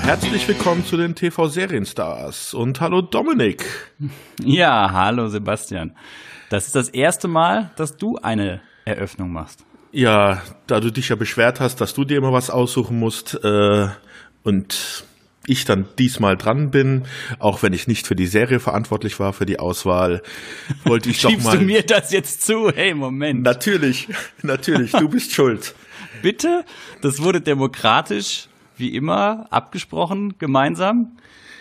Herzlich willkommen zu den TV-Serienstars und hallo Dominik. Ja, hallo Sebastian. Das ist das erste Mal, dass du eine Eröffnung machst. Ja, da du dich ja beschwert hast, dass du dir immer was aussuchen musst und ich dann diesmal dran bin, auch wenn ich nicht für die Serie verantwortlich war, für die Auswahl, wollte ich doch mal... Schiebst du mir das jetzt zu? Hey, Moment. Natürlich, du bist schuld. Bitte? Das wurde demokratisch, wie immer, abgesprochen, gemeinsam?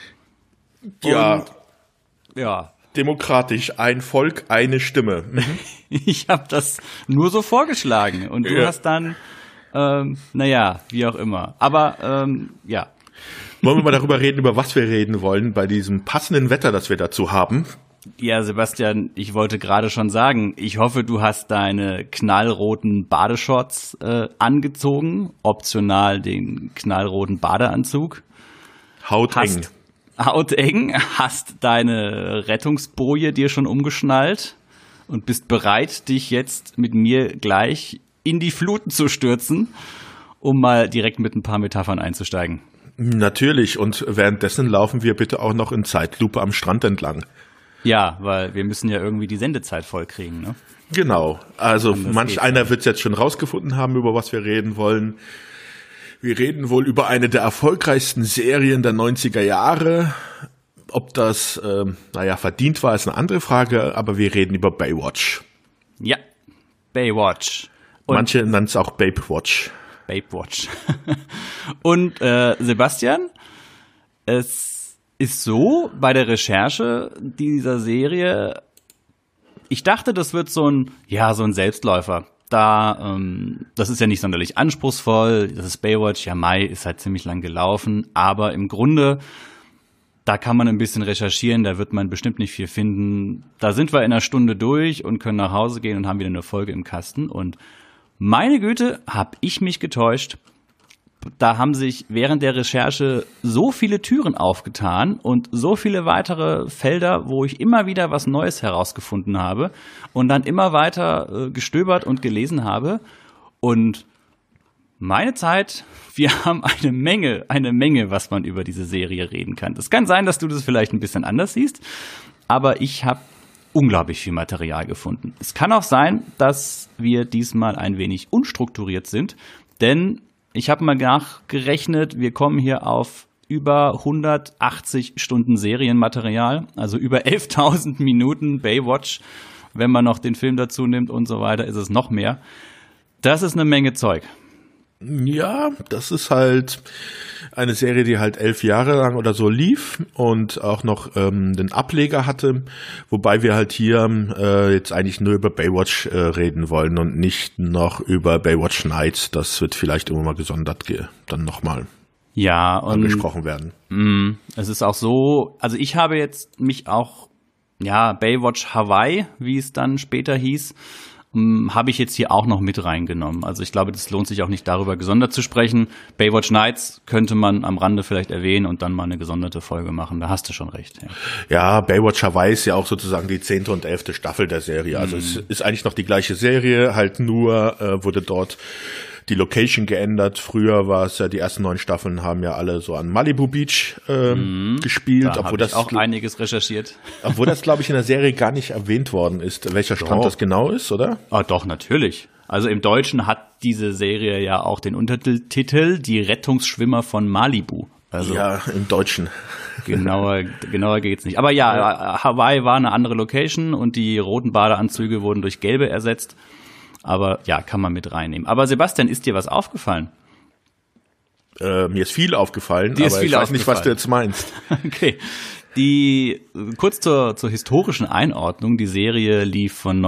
Ja. Und, ja. Demokratisch, ein Volk, eine Stimme. Ich habe das nur so vorgeschlagen und du hast dann, wie auch immer. Aber, ja. Wollen wir mal darüber reden, über was wir reden wollen, bei diesem passenden Wetter, das wir dazu haben? Ja, Sebastian, ich wollte gerade schon sagen, ich hoffe, du hast deine knallroten Badeshorts angezogen, optional den knallroten Badeanzug. Hauteng. Hauteng, hast deine Rettungsboje dir schon umgeschnallt und bist bereit, dich jetzt mit mir gleich in die Fluten zu stürzen, um mal direkt mit ein paar Metaphern einzusteigen. Natürlich, und währenddessen laufen wir bitte auch noch in Zeitlupe am Strand entlang. Ja, weil wir müssen ja irgendwie die Sendezeit vollkriegen, ne? Genau, also manch einer wird es jetzt schon rausgefunden haben, über was wir reden wollen. Wir reden wohl über eine der erfolgreichsten Serien der 90er Jahre. Ob das, verdient war, ist eine andere Frage, aber wir reden über Baywatch. Ja, Baywatch. Und manche nennen es auch Babewatch. Babewatch. Und Sebastian, es ist so, bei der Recherche dieser Serie, ich dachte, das wird so ein Selbstläufer. Das ist ja nicht sonderlich anspruchsvoll, das ist Baywatch, ja Mai ist halt ziemlich lang gelaufen, aber im Grunde, da kann man ein bisschen recherchieren, da wird man bestimmt nicht viel finden. Da sind wir in einer Stunde durch und können nach Hause gehen und haben wieder eine Folge im Kasten und meine Güte, hab ich mich getäuscht. Da haben sich während der Recherche so viele Türen aufgetan und so viele weitere Felder, wo ich immer wieder was Neues herausgefunden habe und dann immer weiter gestöbert und gelesen habe. Und meine Zeit, wir haben eine Menge, was man über diese Serie reden kann. Es kann sein, dass du das vielleicht ein bisschen anders siehst, aber ich habe unglaublich viel Material gefunden. Es kann auch sein, dass wir diesmal ein wenig unstrukturiert sind, denn ich habe mal nachgerechnet, wir kommen hier auf über 180 Stunden Serienmaterial, also über 11.000 Minuten Baywatch. Wenn man noch den Film dazu nimmt und so weiter, ist es noch mehr. Das ist eine Menge Zeug. Ja, das ist halt eine Serie, die halt 11 Jahre lang oder so lief und auch noch den Ableger hatte, wobei wir halt hier jetzt eigentlich nur über Baywatch reden wollen und nicht noch über Baywatch Nights. Das wird vielleicht immer mal gesondert dann nochmal angesprochen werden. Es ist auch so, also ich habe jetzt mich auch, Baywatch Hawaii, wie es dann später hieß, habe ich jetzt hier auch noch mit reingenommen. Also ich glaube, das lohnt sich auch nicht darüber gesondert zu sprechen. Baywatch Nights könnte man am Rande vielleicht erwähnen und dann mal eine gesonderte Folge machen. Da hast du schon recht. Ja, Baywatch Hawaii ist ja auch sozusagen die 10. und 11. Staffel der Serie. Also es ist eigentlich noch die gleiche Serie, halt nur wurde dort die Location geändert. Früher war es ja, die ersten 9 Staffeln haben ja alle so an Malibu Beach gespielt. Da habe ich auch einiges recherchiert. Obwohl das, glaube ich, in der Serie gar nicht erwähnt worden ist, welcher Strand das genau ist, oder? Ah, doch, natürlich. Also im Deutschen hat diese Serie ja auch den Untertitel Die Rettungsschwimmer von Malibu. Also ja, im Deutschen. Genauer geht's nicht. Aber ja, Hawaii war eine andere Location und die roten Badeanzüge wurden durch gelbe ersetzt. Aber ja, kann man mit reinnehmen. Aber Sebastian, ist dir was aufgefallen? Mir ist viel aufgefallen, aber ich weiß nicht, was du jetzt meinst. Okay. Kurz zur historischen Einordnung. Die Serie lief von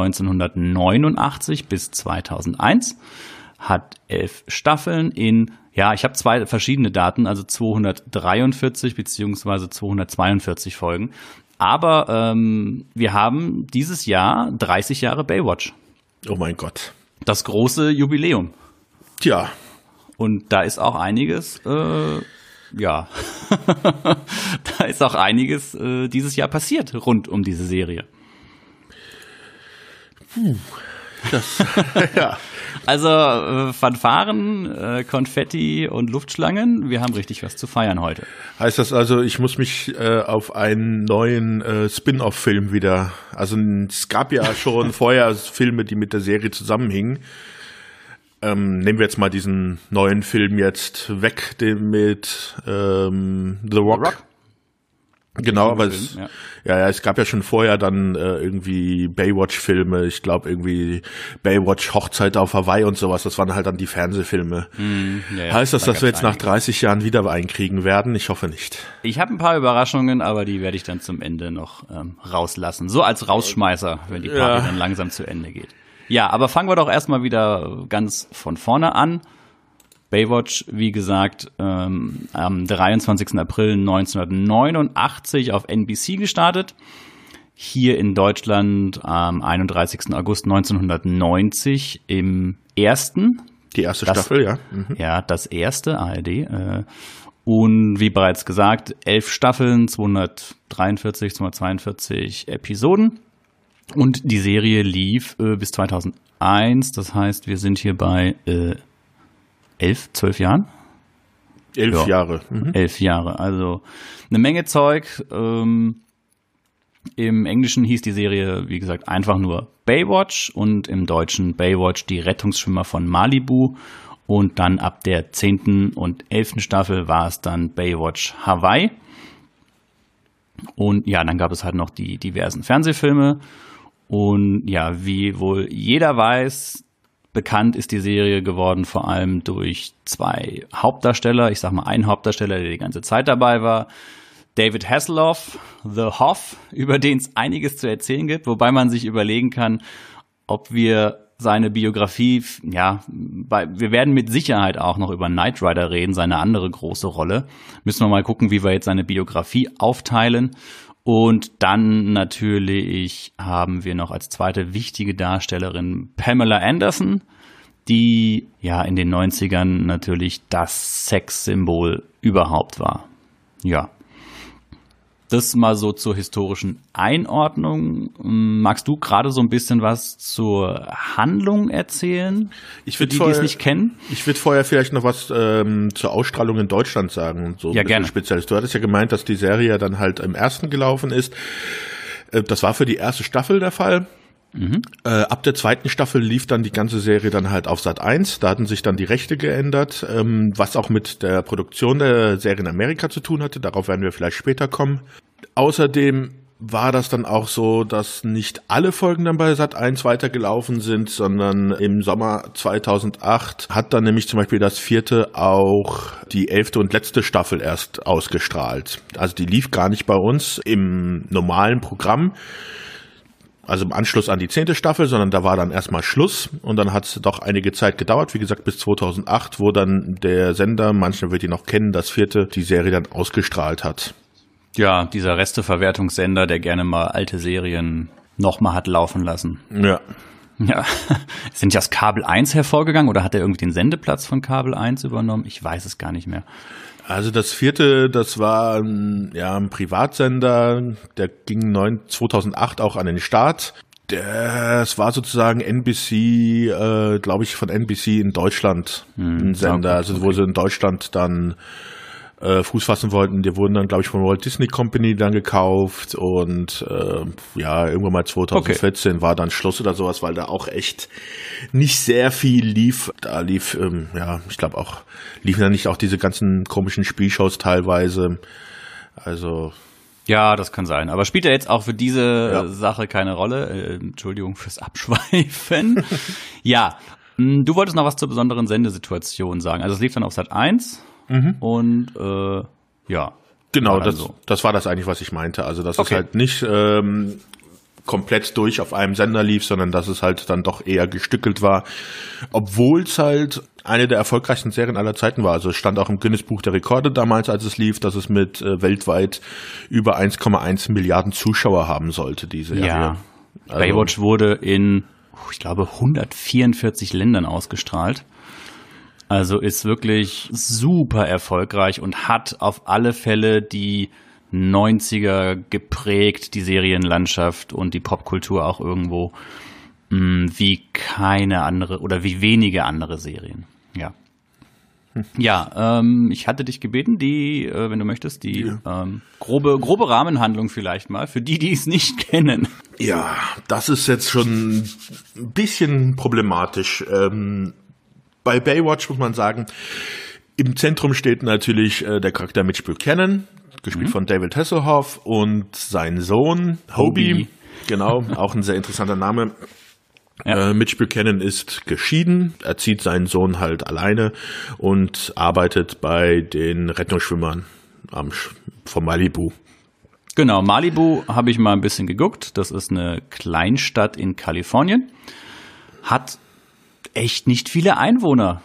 1989 bis 2001, hat 11 Staffeln ich habe 2 verschiedene Daten, also 243 beziehungsweise 242 Folgen. Aber wir haben dieses Jahr 30 Jahre Baywatch. Oh mein Gott. Das große Jubiläum. Tja. Und da ist auch einiges, da ist auch einiges dieses Jahr passiert rund um diese Serie. Das, ja. Also Fanfaren, Konfetti und Luftschlangen, wir haben richtig was zu feiern heute. Heißt das also, ich muss mich auf einen neuen Spin-off-Film wieder, also es gab ja schon vorher Filme, die mit der Serie zusammenhingen. Nehmen wir jetzt mal diesen neuen Film jetzt weg, den mit The Rock. Genau, aber es gab ja schon vorher dann irgendwie Baywatch-Filme, ich glaube irgendwie Baywatch Hochzeit auf Hawaii und sowas, das waren halt dann die Fernsehfilme. Heißt das, dass wir jetzt nach 30 Jahren wieder einkriegen werden? Ich hoffe nicht. Ich habe ein paar Überraschungen, aber die werde ich dann zum Ende noch rauslassen. So als Rausschmeißer, wenn die Party dann langsam zu Ende geht. Ja, aber fangen wir doch erstmal wieder ganz von vorne an. Baywatch, wie gesagt, am 23. April 1989 auf NBC gestartet. Hier in Deutschland am 31. August 1990 im ersten. Die erste Staffel, ja. Ja, das erste, ARD. Und wie bereits gesagt, 11 Staffeln, 242 Episoden. Und die Serie lief bis 2001. Das heißt, wir sind hier bei 12 Jahren? 11 Jahre. 11 Jahre, also eine Menge Zeug. Im Englischen hieß die Serie, wie gesagt, einfach nur Baywatch und im Deutschen Baywatch, die Rettungsschwimmer von Malibu. Und dann ab der 10. und 11. Staffel war es dann Baywatch Hawaii. Und ja, dann gab es halt noch die diversen Fernsehfilme. Und ja, wie wohl jeder weiß, bekannt ist die Serie geworden vor allem durch 2 Hauptdarsteller. Ich sag mal einen Hauptdarsteller, der die ganze Zeit dabei war. David Hasselhoff, The Hoff, über den es einiges zu erzählen gibt, wobei man sich überlegen kann, ob wir seine Biografie, wir werden mit Sicherheit auch noch über Knight Rider reden, seine andere große Rolle. Müssen wir mal gucken, wie wir jetzt seine Biografie aufteilen. Und dann natürlich haben wir noch als zweite wichtige Darstellerin Pamela Anderson, die ja in den 90ern natürlich das Sexsymbol überhaupt war. Ja. Das mal so zur historischen Einordnung. Magst du gerade so ein bisschen was zur Handlung erzählen? Die es nicht kennen? Ich würde vorher vielleicht noch was zur Ausstrahlung in Deutschland sagen. So ja, gerne. Speziell. Du hattest ja gemeint, dass die Serie dann halt im ersten gelaufen ist. Das war für die erste Staffel der Fall. Ab der zweiten Staffel lief dann die ganze Serie dann halt auf Sat.1. Da hatten sich dann die Rechte geändert, was auch mit der Produktion der Serie in Amerika zu tun hatte. Darauf werden wir vielleicht später kommen. Außerdem war das dann auch so, dass nicht alle Folgen dann bei Sat.1 weitergelaufen sind, sondern im Sommer 2008 hat dann nämlich zum Beispiel das 4. auch die 11. und letzte Staffel erst ausgestrahlt. Also die lief gar nicht bei uns im normalen Programm, also im Anschluss an die 10. Staffel, sondern da war dann erstmal Schluss und dann hat es doch einige Zeit gedauert, wie gesagt bis 2008, wo dann der Sender, manche wird ihn noch kennen, das 4. die Serie dann ausgestrahlt hat. Ja, dieser Resteverwertungssender, der gerne mal alte Serien nochmal hat laufen lassen. Ja. Ja, sind das Kabel 1 hervorgegangen oder hat er irgendwie den Sendeplatz von Kabel 1 übernommen? Ich weiß es gar nicht mehr. Also das 4., das war ein Privatsender, der ging 2008 auch an den Start. Das war sozusagen NBC, glaube ich, von NBC in Deutschland ein Sender, also wo sie in Deutschland dann Fuß fassen wollten. Die wurden dann, glaube ich, von Walt Disney Company dann gekauft und irgendwann mal 2014 war dann Schluss oder sowas, weil da auch echt nicht sehr viel lief. Da lief, ich glaube auch, liefen dann nicht auch diese ganzen komischen Spielshows teilweise. Also ja, das kann sein. Aber spielt ja jetzt auch für diese Sache keine Rolle. Entschuldigung fürs Abschweifen. Ja, du wolltest noch was zur besonderen Sendesituation sagen. Also es lief dann auf Sat.1. Und genau, das war das eigentlich, was ich meinte. Also dass es halt nicht komplett durch auf einem Sender lief, sondern dass es halt dann doch eher gestückelt war, obwohl es halt eine der erfolgreichsten Serien aller Zeiten war. Also es stand auch im Guinness-Buch der Rekorde damals, als es lief, dass es mit weltweit über 1,1 Milliarden Zuschauer haben sollte, diese Serie. Ja, also, Baywatch wurde in, ich glaube, 144 Ländern ausgestrahlt. Also ist wirklich super erfolgreich und hat auf alle Fälle die 90er geprägt, die Serienlandschaft und die Popkultur auch irgendwo. Wie keine andere oder wie wenige andere Serien. Ja. Ja, ich hatte dich gebeten, wenn du möchtest, die grobe Rahmenhandlung vielleicht mal, für die es nicht kennen. Ja, das ist jetzt schon ein bisschen problematisch. Bei Baywatch muss man sagen, im Zentrum steht natürlich der Charakter Mitch Buchanan, gespielt von David Hasselhoff, und sein Sohn Hobie. Genau, auch ein sehr interessanter Name. Ja. Mitch Buchanan ist geschieden, erzieht seinen Sohn halt alleine und arbeitet bei den Rettungsschwimmern von Malibu. Genau, Malibu habe ich mal ein bisschen geguckt. Das ist eine Kleinstadt in Kalifornien. Hat echt nicht viele Einwohner.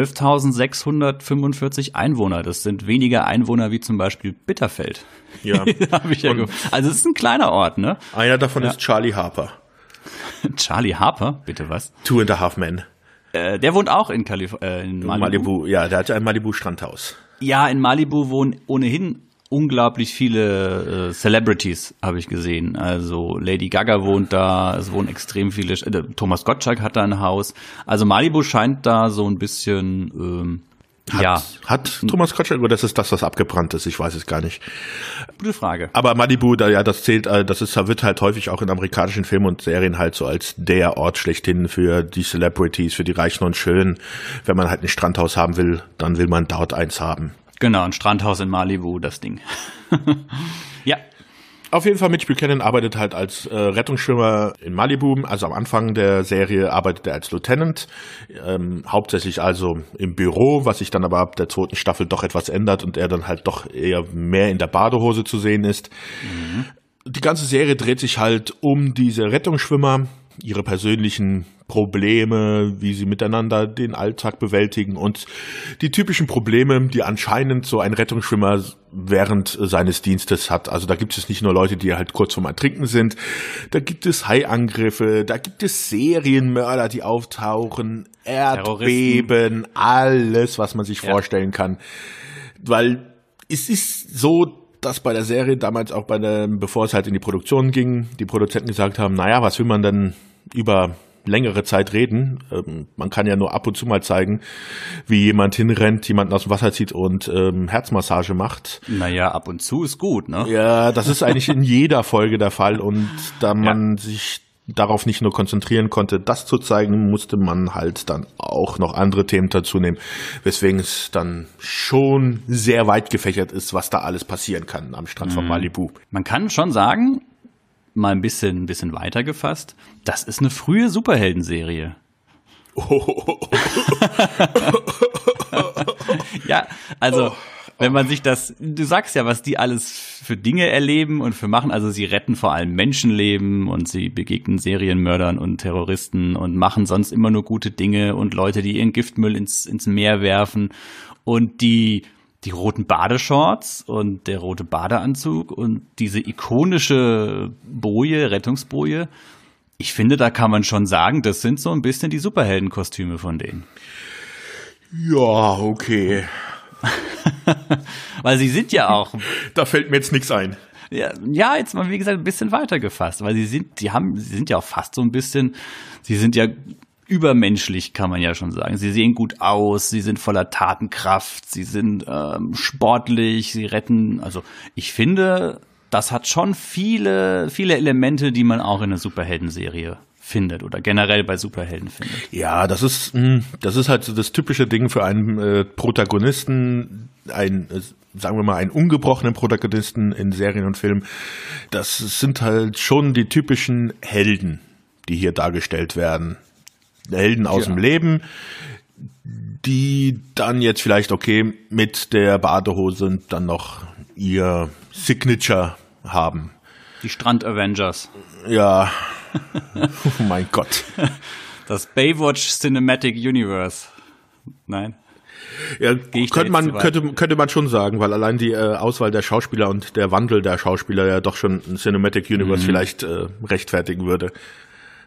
12.645 Einwohner. Das sind weniger Einwohner wie zum Beispiel Bitterfeld. Ja. Also es ist ein kleiner Ort, ne? Einer davon ist Charlie Harper. Charlie Harper? Bitte was? 2.5 Men. Der wohnt auch in Malibu. Ja, der hat ja ein Malibu-Strandhaus. Ja, in Malibu wohnen ohnehin unglaublich viele Celebrities, habe ich gesehen. Also Lady Gaga wohnt da, es wohnen extrem viele, Thomas Gottschalk hat da ein Haus. Also Malibu scheint da so ein bisschen, Hat Thomas Gottschalk, oder das ist das, was abgebrannt ist? Ich weiß es gar nicht. Gute Frage. Aber Malibu, das zählt, wird halt häufig auch in amerikanischen Filmen und Serien halt so als der Ort schlechthin für die Celebrities, für die Reichen und Schönen. Wenn man halt ein Strandhaus haben will, dann will man dort eins haben. Genau, ein Strandhaus in Malibu, das Ding. Ja. Auf jeden Fall, Mitch Buchanan arbeitet halt als Rettungsschwimmer in Malibu. Also am Anfang der Serie arbeitet er als Lieutenant, hauptsächlich also im Büro, was sich dann aber ab der 2. Staffel doch etwas ändert und er dann halt doch eher mehr in der Badehose zu sehen ist. Mhm. Die ganze Serie dreht sich halt um diese Rettungsschwimmer, ihre persönlichen Probleme, wie sie miteinander den Alltag bewältigen und die typischen Probleme, die anscheinend so ein Rettungsschwimmer während seines Dienstes hat. Also da gibt es nicht nur Leute, die halt kurz vorm Ertrinken sind, da gibt es Haiangriffe, da gibt es Serienmörder, die auftauchen, Erdbeben, alles, was man sich vorstellen kann. Weil es ist so, dass bei der Serie damals auch bevor es halt in die Produktion ging, die Produzenten gesagt haben, naja, was will man denn über längere Zeit reden? Man kann ja nur ab und zu mal zeigen, wie jemand hinrennt, jemanden aus dem Wasser zieht und Herzmassage macht. Naja, ab und zu ist gut, ne? Ja, das ist eigentlich in jeder Folge der Fall, und da man sich darauf nicht nur konzentrieren konnte, das zu zeigen, musste man halt dann auch noch andere Themen dazu nehmen, weswegen es dann schon sehr weit gefächert ist, was da alles passieren kann am Strand von Malibu. Man kann schon sagen, mal ein bisschen weiter gefasst, das ist eine frühe Superheldenserie. Ja, also wenn man sich du sagst ja, was die alles für Dinge erleben und für machen, also sie retten vor allem Menschenleben und sie begegnen Serienmördern und Terroristen und machen sonst immer nur gute Dinge und Leute, die ihren Giftmüll ins Meer werfen, und die roten Badeshorts und der rote Badeanzug und diese ikonische Rettungsboje, ich finde, da kann man schon sagen, das sind so ein bisschen die Superheldenkostüme von denen. Ja, okay. Weil sie sind ja auch. Da fällt mir jetzt nichts ein. Ja, jetzt mal, wie gesagt, ein bisschen weiter gefasst, weil sie sind ja auch fast so ein bisschen, sie sind ja übermenschlich, kann man ja schon sagen. Sie sehen gut aus, sie sind voller Tatenkraft, sie sind sportlich, sie retten. Also ich finde, das hat schon viele, viele Elemente, die man auch in einer Superheldenserie findet oder generell bei Superhelden findet. Ja, das ist halt so das typische Ding für einen Protagonisten, sagen wir mal, einen ungebrochenen Protagonisten in Serien und Filmen. Das sind halt schon die typischen Helden, die hier dargestellt werden. Helden aus dem Leben, die dann jetzt vielleicht, mit der Badehose dann noch ihr Signature haben. Die Strand-Avengers. Ja. Oh mein Gott. Das Baywatch Cinematic Universe. Nein. Ja, könnte man schon sagen, weil allein die Auswahl der Schauspieler und der Wandel der Schauspieler ja doch schon ein Cinematic Universe vielleicht rechtfertigen würde.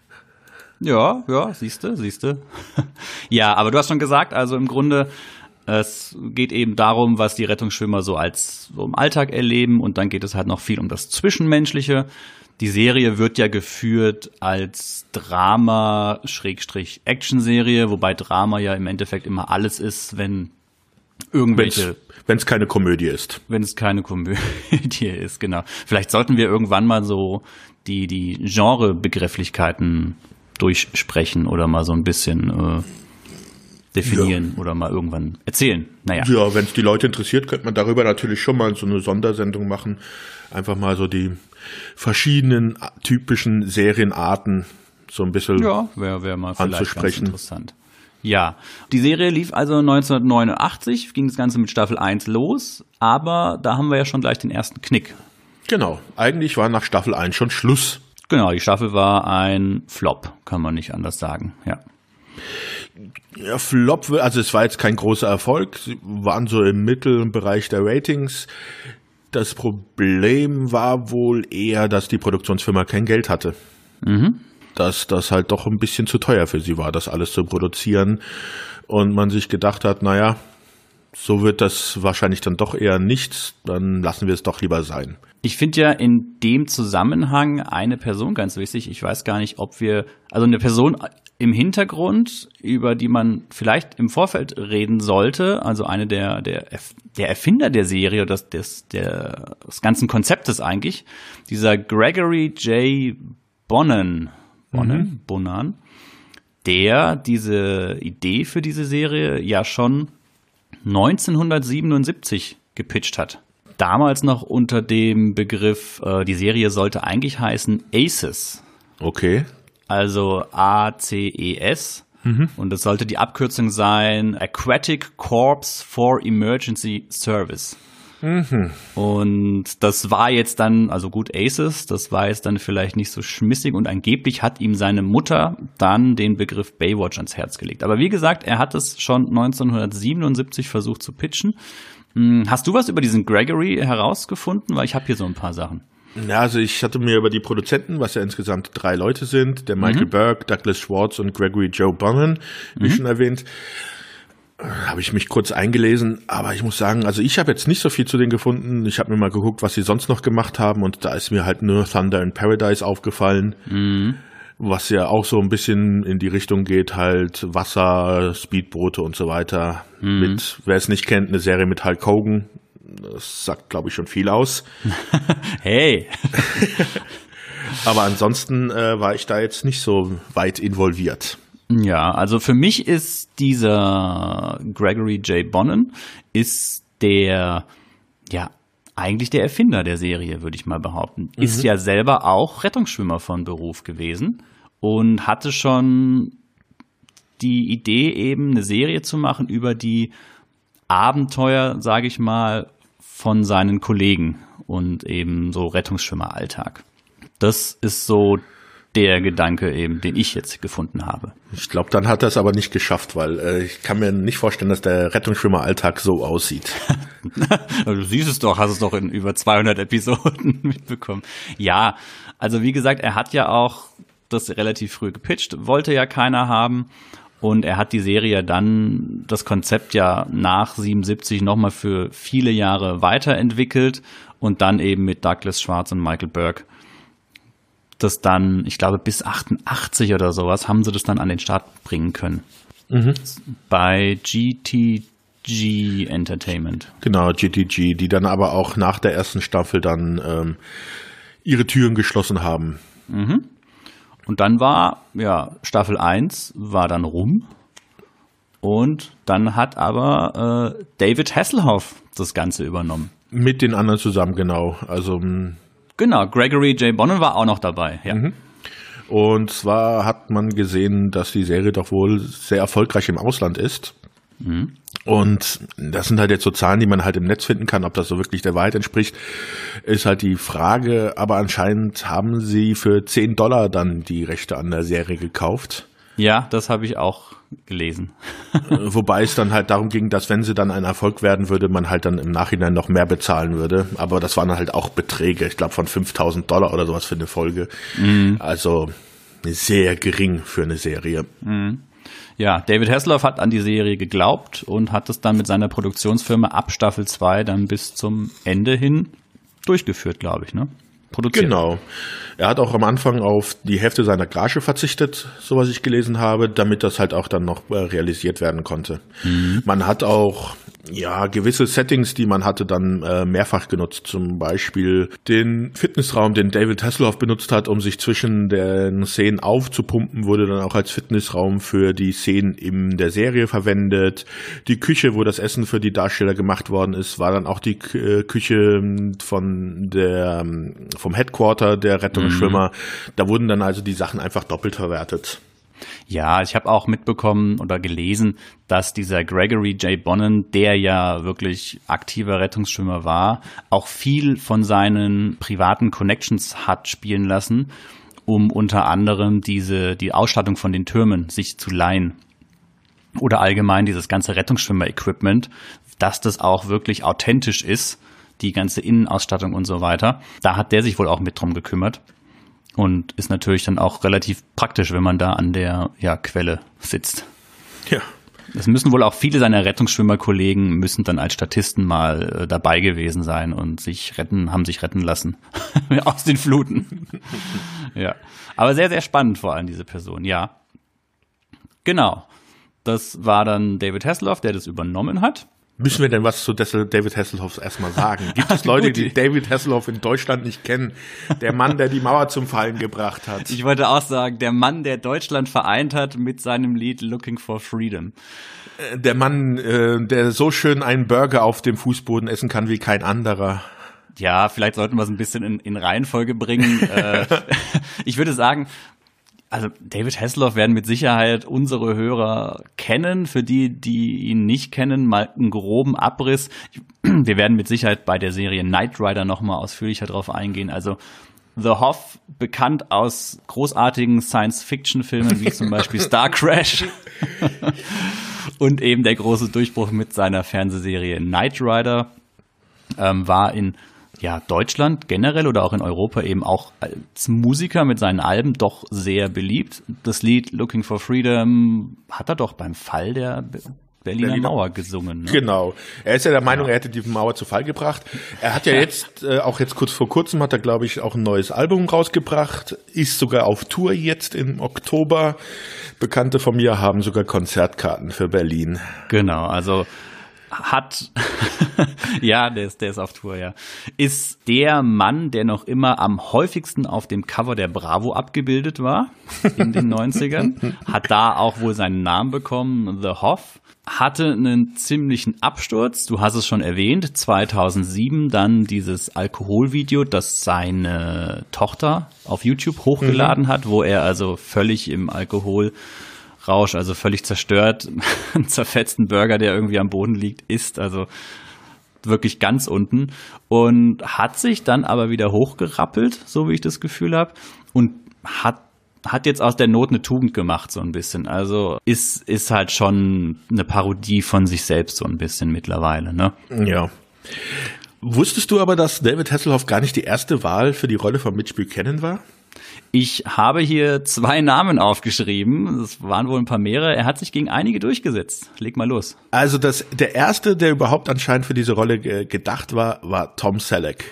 Ja, siehste. Ja, aber du hast schon gesagt, also im Grunde Es geht eben darum, was die Rettungsschwimmer so im Alltag erleben, und dann geht es halt noch viel um das Zwischenmenschliche. Die Serie wird ja geführt als Drama-Action-Serie, wobei Drama ja im Endeffekt immer alles ist, wenn es keine Komödie ist. Wenn es keine Komödie ist, genau. Vielleicht sollten wir irgendwann mal so die Genre-Begrifflichkeiten durchsprechen oder mal so ein bisschen definieren oder mal irgendwann erzählen. Naja. Ja, wenn es die Leute interessiert, könnte man darüber natürlich schon mal so eine Sondersendung machen. Einfach mal so die verschiedenen typischen Serienarten so ein bisschen wär mal vielleicht ganz interessant. Ja, die Serie lief also 1989, ging das Ganze mit Staffel 1 los, aber da haben wir ja schon gleich den ersten Knick. Genau, eigentlich war nach Staffel 1 schon Schluss. Genau, die Staffel war ein Flop, kann man nicht anders sagen, ja. Ja, Flop, also es war jetzt kein großer Erfolg, sie waren so im Mittelbereich der Ratings. Das Problem war wohl eher, dass die Produktionsfirma kein Geld hatte. Dass das halt doch ein bisschen zu teuer für sie war, das alles zu produzieren. Und man sich gedacht hat, naja, so wird das wahrscheinlich dann doch eher nichts, dann lassen wir es doch lieber sein. Ich finde ja in dem Zusammenhang eine Person ganz wichtig. Ich weiß gar nicht, also eine Person im Hintergrund, über die man vielleicht im Vorfeld reden sollte, also eine der Erfinder der Serie, des ganzen Konzeptes eigentlich, dieser Gregory J. Bonan, der diese Idee für diese Serie ja schon 1977 gepitcht hat. Damals noch unter dem Begriff, die Serie sollte eigentlich heißen ACES. Okay. Also ACES. Und das sollte die Abkürzung sein, Aquatic Corps for Emergency Service. Und das war jetzt dann, also gut, ACES, das war jetzt dann vielleicht nicht so schmissig, und angeblich hat ihm seine Mutter dann den Begriff Baywatch ans Herz gelegt. Aber wie gesagt, er hat es schon 1977 versucht zu pitchen. Hast du was über diesen Gregory herausgefunden? Weil ich habe hier so ein paar Sachen. Ja, also ich hatte mir über die Produzenten, was ja insgesamt 3 Leute sind, der Michael Burke, Douglas Schwartz und Gregory Joe Bonan, wie schon erwähnt, habe ich mich kurz eingelesen, aber ich muss sagen, also ich habe jetzt nicht so viel zu denen gefunden. Ich habe mir mal geguckt, was sie sonst noch gemacht haben, und da ist mir halt nur Thunder in Paradise aufgefallen, was ja auch so ein bisschen in die Richtung geht, halt Wasser, Speedboote und so weiter. Wer es nicht kennt, eine Serie mit Hulk Hogan. Das sagt, glaube ich, schon viel aus. Hey! Aber ansonsten war ich da jetzt nicht so weit involviert. Ja, also für mich ist dieser Gregory J. Bonan eigentlich der Erfinder der Serie, würde ich mal behaupten. Ist ja selber auch Rettungsschwimmer von Beruf gewesen und hatte schon die Idee, eben eine Serie zu machen über die Abenteuer, sage ich mal, von seinen Kollegen und eben so Rettungsschwimmeralltag. Das ist so der Gedanke eben, den ich jetzt gefunden habe. Ich glaube, dann hat er es aber nicht geschafft, weil ich kann mir nicht vorstellen, dass der Rettungsschwimmeralltag so aussieht. Du siehst es doch, hast es doch in über 200 Episoden mitbekommen. Ja, also wie gesagt, er hat ja auch das relativ früh gepitcht, wollte ja keiner haben. Und er hat die Serie dann, das Konzept ja nach 77 nochmal für viele Jahre weiterentwickelt und dann eben mit Douglas Schwartz und Michael Burke das dann, ich glaube bis 88 oder sowas, haben sie das dann an den Start bringen können. Bei GTG Entertainment. Genau, GTG, die dann aber auch nach der ersten Staffel dann ihre Türen geschlossen haben. Und dann war, Staffel 1 war dann rum, und dann hat aber David Hasselhoff das Ganze übernommen. Mit den anderen zusammen, genau. Also genau, Gregory J. Bonan war auch noch dabei, ja. Und zwar hat man gesehen, dass die Serie doch wohl sehr erfolgreich im Ausland ist. Und das sind halt jetzt so Zahlen, die man halt im Netz finden kann, ob das so wirklich der Wahrheit entspricht, ist halt die Frage. Aber anscheinend haben sie für $10 dann die Rechte an der Serie gekauft. Ja, das habe ich auch gelesen. Wobei es dann halt darum ging, dass wenn sie dann ein Erfolg werden würde, man halt dann im Nachhinein noch mehr bezahlen würde. Aber das waren halt auch Beträge, ich glaube von $5.000 oder sowas für eine Folge. Also sehr gering für eine Serie. Ja, David Hasselhoff hat an die Serie geglaubt und hat es dann mit seiner Produktionsfirma ab Staffel 2 dann bis zum Ende hin durchgeführt, glaube ich, ne? Produziert. Genau. Er hat auch am Anfang auf die Hälfte seiner Gage verzichtet, so was ich gelesen habe, damit das halt auch dann noch realisiert werden konnte. Man hat auch gewisse Settings, die man hatte, dann mehrfach genutzt. Zum Beispiel den Fitnessraum, den David Hasselhoff benutzt hat, um sich zwischen den Szenen aufzupumpen, wurde dann auch als Fitnessraum für die Szenen in der Serie verwendet. Die Küche, wo das Essen für die Darsteller gemacht worden ist, war dann auch die Küche vom Headquarter der Rettungsschwimmer. Da wurden dann also die Sachen einfach doppelt verwertet. Ja, ich habe auch mitbekommen oder gelesen, dass dieser Gregory J. Bonnen, der ja wirklich aktiver Rettungsschwimmer war, auch viel von seinen privaten Connections hat spielen lassen, um unter anderem die Ausstattung von den Türmen sich zu leihen. Oder allgemein dieses ganze Rettungsschwimmer-Equipment, dass das auch wirklich authentisch ist, die ganze Innenausstattung und so weiter. Da hat der sich wohl auch mit drum gekümmert. Und ist natürlich dann auch relativ praktisch, wenn man da an der Quelle sitzt. Ja. Es müssen wohl auch viele seiner Rettungsschwimmerkollegen müssen dann als Statisten mal dabei gewesen sein und haben sich retten lassen aus den Fluten. Ja. Aber sehr, sehr spannend vor allem diese Person, ja. Genau. Das war dann David Hasselhoff, der das übernommen hat. Müssen wir denn was zu David Hasselhoff erstmal sagen? Gibt es Leute, die David Hasselhoff in Deutschland nicht kennen? Der Mann, der die Mauer zum Fallen gebracht hat. Ich wollte auch sagen, der Mann, der Deutschland vereint hat mit seinem Lied Looking for Freedom. Der Mann, der so schön einen Burger auf dem Fußboden essen kann wie kein anderer. Ja, vielleicht sollten wir es ein bisschen in Reihenfolge bringen. Ich würde sagen, also David Hasselhoff werden mit Sicherheit unsere Hörer kennen. Für die ihn nicht kennen, mal einen groben Abriss. Wir werden mit Sicherheit bei der Serie Knight Rider noch mal ausführlicher drauf eingehen. Also The Hoff, bekannt aus großartigen Science-Fiction-Filmen wie zum Beispiel Star Crash und eben der große Durchbruch mit seiner Fernsehserie Knight Rider, war in Deutschland generell oder auch in Europa eben auch als Musiker mit seinen Alben doch sehr beliebt. Das Lied Looking for Freedom hat er doch beim Fall der Berliner Mauer gesungen. Ne? Genau. Er ist ja der Meinung, er hätte die Mauer zu Fall gebracht. Er hat ja jetzt, auch jetzt kurz vor kurzem, hat er, glaube ich, auch ein neues Album rausgebracht, ist sogar auf Tour jetzt im Oktober. Bekannte von mir haben sogar Konzertkarten für Berlin. Genau, also der ist auf Tour, ja. Ist der Mann, der noch immer am häufigsten auf dem Cover der Bravo abgebildet war in den 90ern. Hat da auch wohl seinen Namen bekommen, The Hoff. Hatte einen ziemlichen Absturz, du hast es schon erwähnt, 2007 dann dieses Alkoholvideo, das seine Tochter auf YouTube hochgeladen hat, wo er also völlig im Alkoholrausch, also völlig zerstört, einen zerfetzten Burger, der irgendwie am Boden liegt, isst, also wirklich ganz unten, und hat sich dann aber wieder hochgerappelt, so wie ich das Gefühl habe, und hat jetzt aus der Not eine Tugend gemacht, so ein bisschen. Also ist halt schon eine Parodie von sich selbst so ein bisschen mittlerweile, ne? Ja. Wusstest du aber, dass David Hasselhoff gar nicht die erste Wahl für die Rolle von Mitch Buchanan war? Ich habe hier 2 Namen aufgeschrieben. Das waren wohl ein paar mehrere. Er hat sich gegen einige durchgesetzt. Leg mal los. Also der erste, der überhaupt anscheinend für diese Rolle gedacht war Tom Selleck.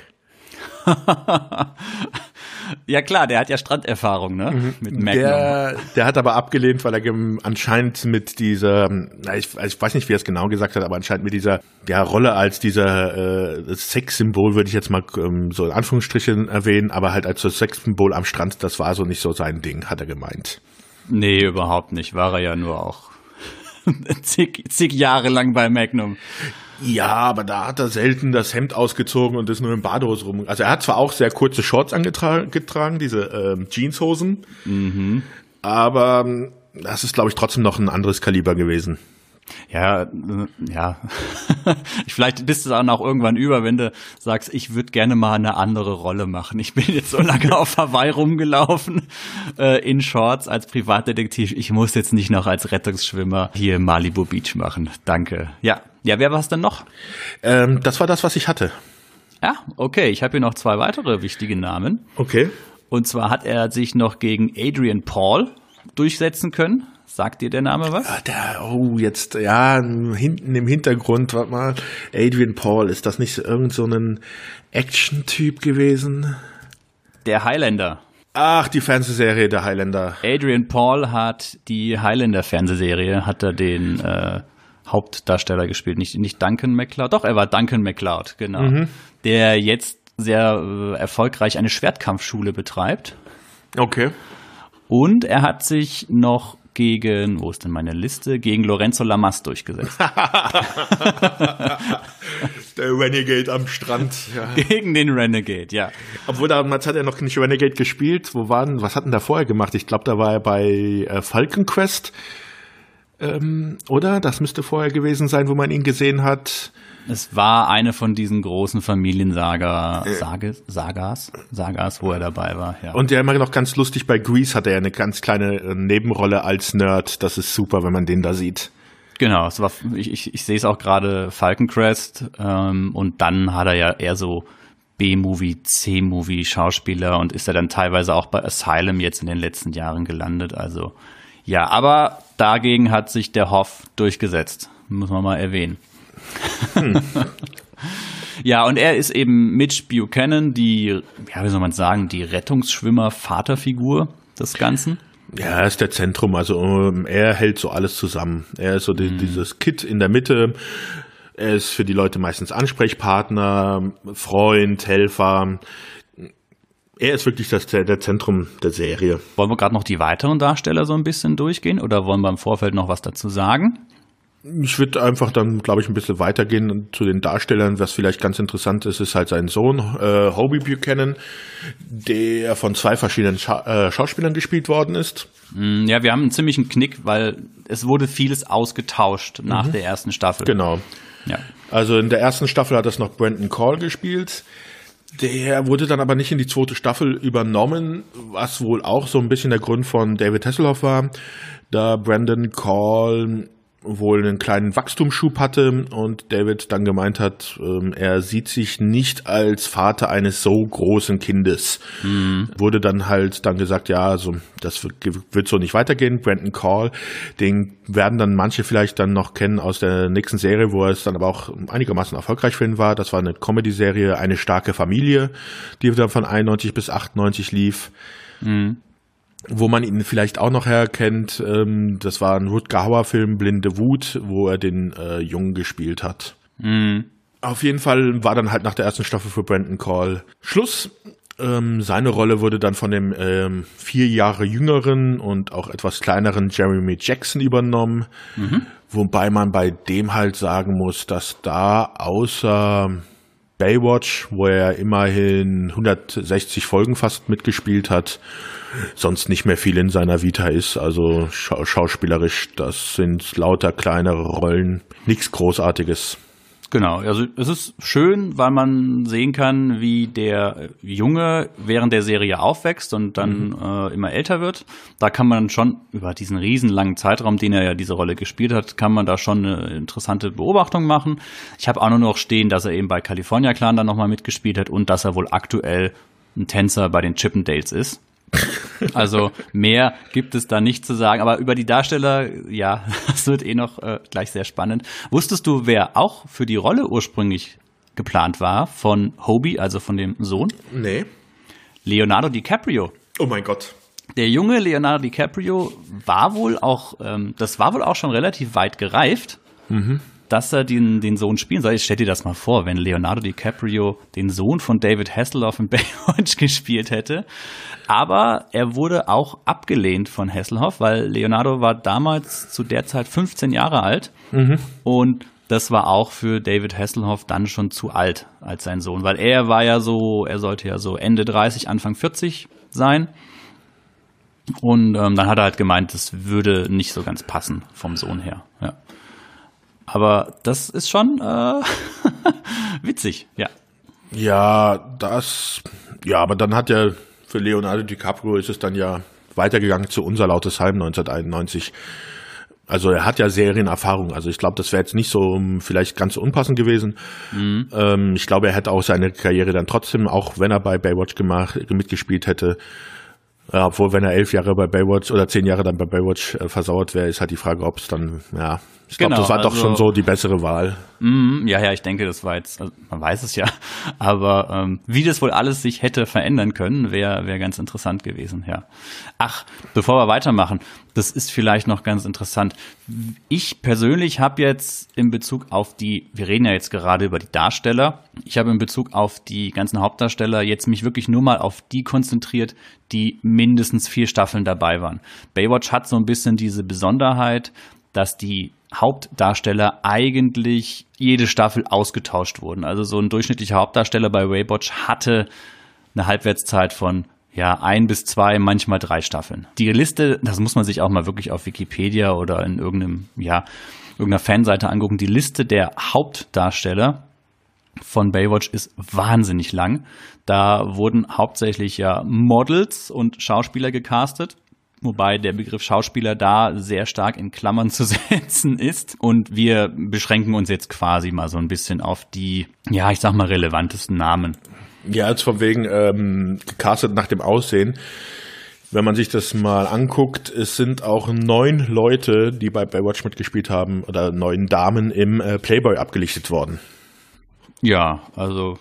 Ja klar, der hat ja Stranderfahrung, ne? Mit Magnum. Der hat aber abgelehnt, weil er anscheinend mit dieser, ich weiß nicht, wie er es genau gesagt hat, aber anscheinend mit dieser Rolle als dieser Sexsymbol, würde ich jetzt mal so in Anführungsstrichen erwähnen, aber halt als so Sexsymbol am Strand, das war so nicht so sein Ding, hat er gemeint. Nee, überhaupt nicht. War er ja nur auch zig Jahre lang bei Magnum. Ja, aber da hat er selten das Hemd ausgezogen und ist nur in Badehose rum. Also er hat zwar auch sehr kurze Shorts getragen, diese Jeanshosen, aber das ist, glaube ich, trotzdem noch ein anderes Kaliber gewesen. Ja. Vielleicht bist du dann auch irgendwann über, wenn du sagst, ich würde gerne mal eine andere Rolle machen. Ich bin jetzt so lange auf Hawaii rumgelaufen, in Shorts als Privatdetektiv. Ich muss jetzt nicht noch als Rettungsschwimmer hier Malibu Beach machen. Danke. Ja, wer war es denn noch? Das war das, was ich hatte. Ja, okay. Ich habe hier noch 2 weitere wichtige Namen. Okay. Und zwar hat er sich noch gegen Adrian Paul durchsetzen können. Sagt dir der Name was? Jetzt, ja, hinten im Hintergrund, warte mal, Adrian Paul, ist das nicht irgend so ein Action-Typ gewesen? Der Highlander. Ach, die Fernsehserie der Highlander. Adrian Paul hat die Highlander-Fernsehserie, hat er den Hauptdarsteller gespielt, nicht Duncan MacLeod. Doch, er war Duncan MacLeod, genau. Der jetzt sehr erfolgreich eine Schwertkampfschule betreibt. Okay. Und er hat sich noch gegen, wo ist denn meine Liste, gegen Lorenzo Lamas durchgesetzt. Der Renegade am Strand. Ja. Gegen den Renegade, ja. Obwohl, damals hat er noch nicht Renegade gespielt. Was hat denn da vorher gemacht? Ich glaube, da war er bei Falcon Crest. Oder? Das müsste vorher gewesen sein, wo man ihn gesehen hat. Es war eine von diesen großen Familiensagas, wo er dabei war. Ja. Und der immer noch ganz lustig, bei Grease hat er eine ganz kleine Nebenrolle als Nerd. Das ist super, wenn man den da sieht. Genau, ich sehe es auch gerade, Falcon Crest. Und dann hat er ja eher so B-Movie, C-Movie Schauspieler und ist er dann teilweise auch bei Asylum jetzt in den letzten Jahren gelandet. Also ja, aber dagegen hat sich der Hoff durchgesetzt. Muss man mal erwähnen. Ja, und er ist eben Mitch Buchanan, die, ja, wie soll man sagen, die Rettungsschwimmer-Vaterfigur des Ganzen. Ja, er ist der Zentrum, also er hält so alles zusammen. Er ist so dieses Kid in der Mitte. Er ist für die Leute meistens Ansprechpartner, Freund, Helfer. Er ist wirklich der Zentrum der Serie. Wollen wir gerade noch die weiteren Darsteller so ein bisschen durchgehen oder wollen wir im Vorfeld noch was dazu sagen? Ich würde einfach dann, glaube ich, ein bisschen weitergehen zu den Darstellern. Was vielleicht ganz interessant ist, ist halt sein Sohn, Hobie Buchanan, der von 2 verschiedenen Schauspielern gespielt worden ist. Ja, wir haben einen ziemlichen Knick, weil es wurde vieles ausgetauscht nach der ersten Staffel. Genau. Ja. Also in der ersten Staffel hat das noch Brendan Call gespielt. Der wurde dann aber nicht in die 2. Staffel übernommen, was wohl auch so ein bisschen der Grund von David Hasselhoff war, da Brendan Call wohl einen kleinen Wachstumsschub hatte und David dann gemeint hat, er sieht sich nicht als Vater eines so großen Kindes. Wurde dann gesagt, ja, also das wird so nicht weitergehen. Brendan Call, den werden dann manche vielleicht dann noch kennen aus der nächsten Serie, wo es dann aber auch einigermaßen erfolgreich für ihn war. Das war eine Comedy-Serie, Eine starke Familie, die dann von 91 bis 98 lief. Wo man ihn vielleicht auch noch herkennt, das war ein Rutger Hauer-Film, Blinde Wut, wo er den Jungen gespielt hat. Auf jeden Fall war dann halt nach der ersten Staffel für Brendan Call Schluss. Seine Rolle wurde dann von dem 4 Jahre jüngeren und auch etwas kleineren Jeremy Jackson übernommen. Wobei man bei dem halt sagen muss, dass da außer Baywatch, wo er immerhin 160 Folgen fast mitgespielt hat, sonst nicht mehr viel in seiner Vita ist. Also schauspielerisch, das sind lauter kleinere Rollen, nichts Großartiges. Genau, also es ist schön, weil man sehen kann, wie der Junge während der Serie aufwächst und dann immer älter wird. Da kann man schon über diesen riesenlangen Zeitraum, den er ja diese Rolle gespielt hat, kann man da schon eine interessante Beobachtung machen. Ich habe auch nur noch stehen, dass er eben bei California Clan dann nochmal mitgespielt hat und dass er wohl aktuell ein Tänzer bei den Chippendales ist. Also mehr gibt es da nicht zu sagen. Aber über die Darsteller, ja, das wird noch gleich sehr spannend. Wusstest du, wer auch für die Rolle ursprünglich geplant war von Hobie, also von dem Sohn? Nee. Leonardo DiCaprio. Oh mein Gott. Der junge Leonardo DiCaprio war wohl auch, das war wohl auch schon relativ weit gereift, dass er den Sohn spielen soll. Ich stell dir das mal vor, wenn Leonardo DiCaprio den Sohn von David Hasselhoff in Baywatch gespielt hätte. Aber er wurde auch abgelehnt von Hasselhoff, weil Leonardo war damals zu der Zeit 15 Jahre alt. Und das war auch für David Hasselhoff dann schon zu alt als sein Sohn, weil er sollte ja so Ende 30, Anfang 40 sein. Und dann hat er halt gemeint, das würde nicht so ganz passen vom Sohn her. Ja. Aber das ist schon witzig, ja. Ja, aber dann hat er für Leonardo DiCaprio ist es dann ja weitergegangen zu Unser lautes Heim 1991. Also er hat ja Serienerfahrung. Also ich glaube, das wäre jetzt nicht so vielleicht ganz unpassend gewesen. Ich glaube, er hätte auch seine Karriere dann trotzdem, auch wenn er bei Baywatch mitgespielt hätte, Ja, obwohl, wenn er 11 Jahre bei Baywatch oder 10 Jahre dann bei Baywatch versauert wäre, ist halt die Frage, ob es dann, ja, ich glaube, das war doch schon so die bessere Wahl. Ja, ich denke, das war jetzt, also man weiß es ja, aber wie das wohl alles sich hätte verändern können, wäre ganz interessant gewesen, ja. Ach, bevor wir weitermachen, das ist vielleicht noch ganz interessant. Ich persönlich habe jetzt in Bezug auf wir reden ja jetzt gerade über die Darsteller, ich habe in Bezug auf die ganzen Hauptdarsteller jetzt mich wirklich nur mal auf die konzentriert, die mindestens 4 Staffeln dabei waren. Baywatch hat so ein bisschen diese Besonderheit, dass die Hauptdarsteller eigentlich jede Staffel ausgetauscht wurden. Also so ein durchschnittlicher Hauptdarsteller bei Baywatch hatte eine Halbwertszeit von 1 bis 2, manchmal 3 Staffeln. Die Liste, das muss man sich auch mal wirklich auf Wikipedia oder in irgendeiner Fanseite angucken. Die Liste der Hauptdarsteller von Baywatch ist wahnsinnig lang. Da wurden hauptsächlich Models und Schauspieler gecastet. Wobei der Begriff Schauspieler da sehr stark in Klammern zu setzen ist. Und wir beschränken uns jetzt quasi mal so ein bisschen auf die, ich sag mal, relevantesten Namen. Ja, jetzt von wegen gecastet nach dem Aussehen. Wenn man sich das mal anguckt, es sind auch 9 Leute, die bei Baywatch mitgespielt haben, oder 9 Damen im Playboy abgelichtet worden. Ja, also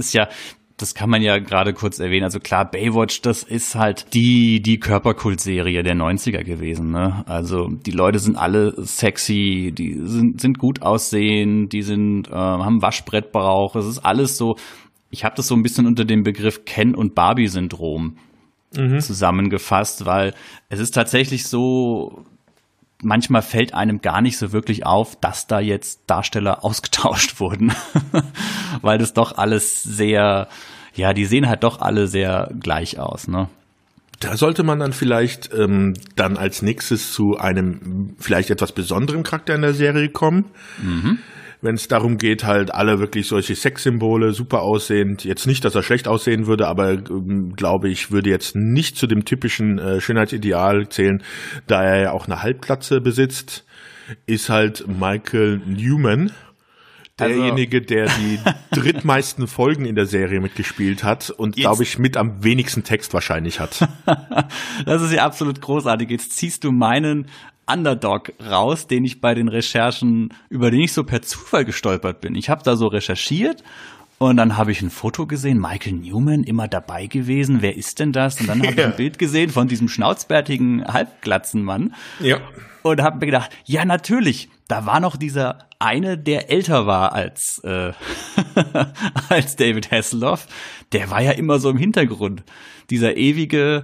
das kann man ja gerade kurz erwähnen. Also klar, Baywatch, das ist halt die Körperkultserie der 90er gewesen, ne? Also die Leute sind alle sexy, die sind gut aussehend, die haben Waschbrettbauch. Es ist alles so, ich habe das so ein bisschen unter dem Begriff Ken- und Barbie-Syndrom zusammengefasst, weil es ist tatsächlich so, manchmal fällt einem gar nicht so wirklich auf, dass da jetzt Darsteller ausgetauscht wurden, weil das doch alles sehr, die sehen halt doch alle sehr gleich aus, ne? Da sollte man dann vielleicht dann als nächstes zu einem vielleicht etwas besonderen Charakter in der Serie kommen. Wenn es darum geht, halt alle wirklich solche Sexsymbole, super aussehend. Jetzt nicht, dass er schlecht aussehen würde, aber glaube ich, würde jetzt nicht zu dem typischen Schönheitsideal zählen, da er ja auch eine Halbglatze besitzt, ist halt Michael Newman, derjenige, der die drittmeisten Folgen in der Serie mitgespielt hat und, glaube ich, mit am wenigsten Text wahrscheinlich hat. Das ist ja absolut großartig. Jetzt ziehst du meinen Underdog raus, über den ich so per Zufall gestolpert bin. Ich habe da so recherchiert und dann habe ich ein Foto gesehen, Michael Newman immer dabei gewesen. Wer ist denn das? Und dann habe ich ein Bild gesehen von diesem schnauzbärtigen Halbglatzenmann. Ja. Und habe mir gedacht, ja natürlich, da war noch dieser eine, der älter war als David Hasselhoff. Der war ja immer so im Hintergrund. Dieser ewige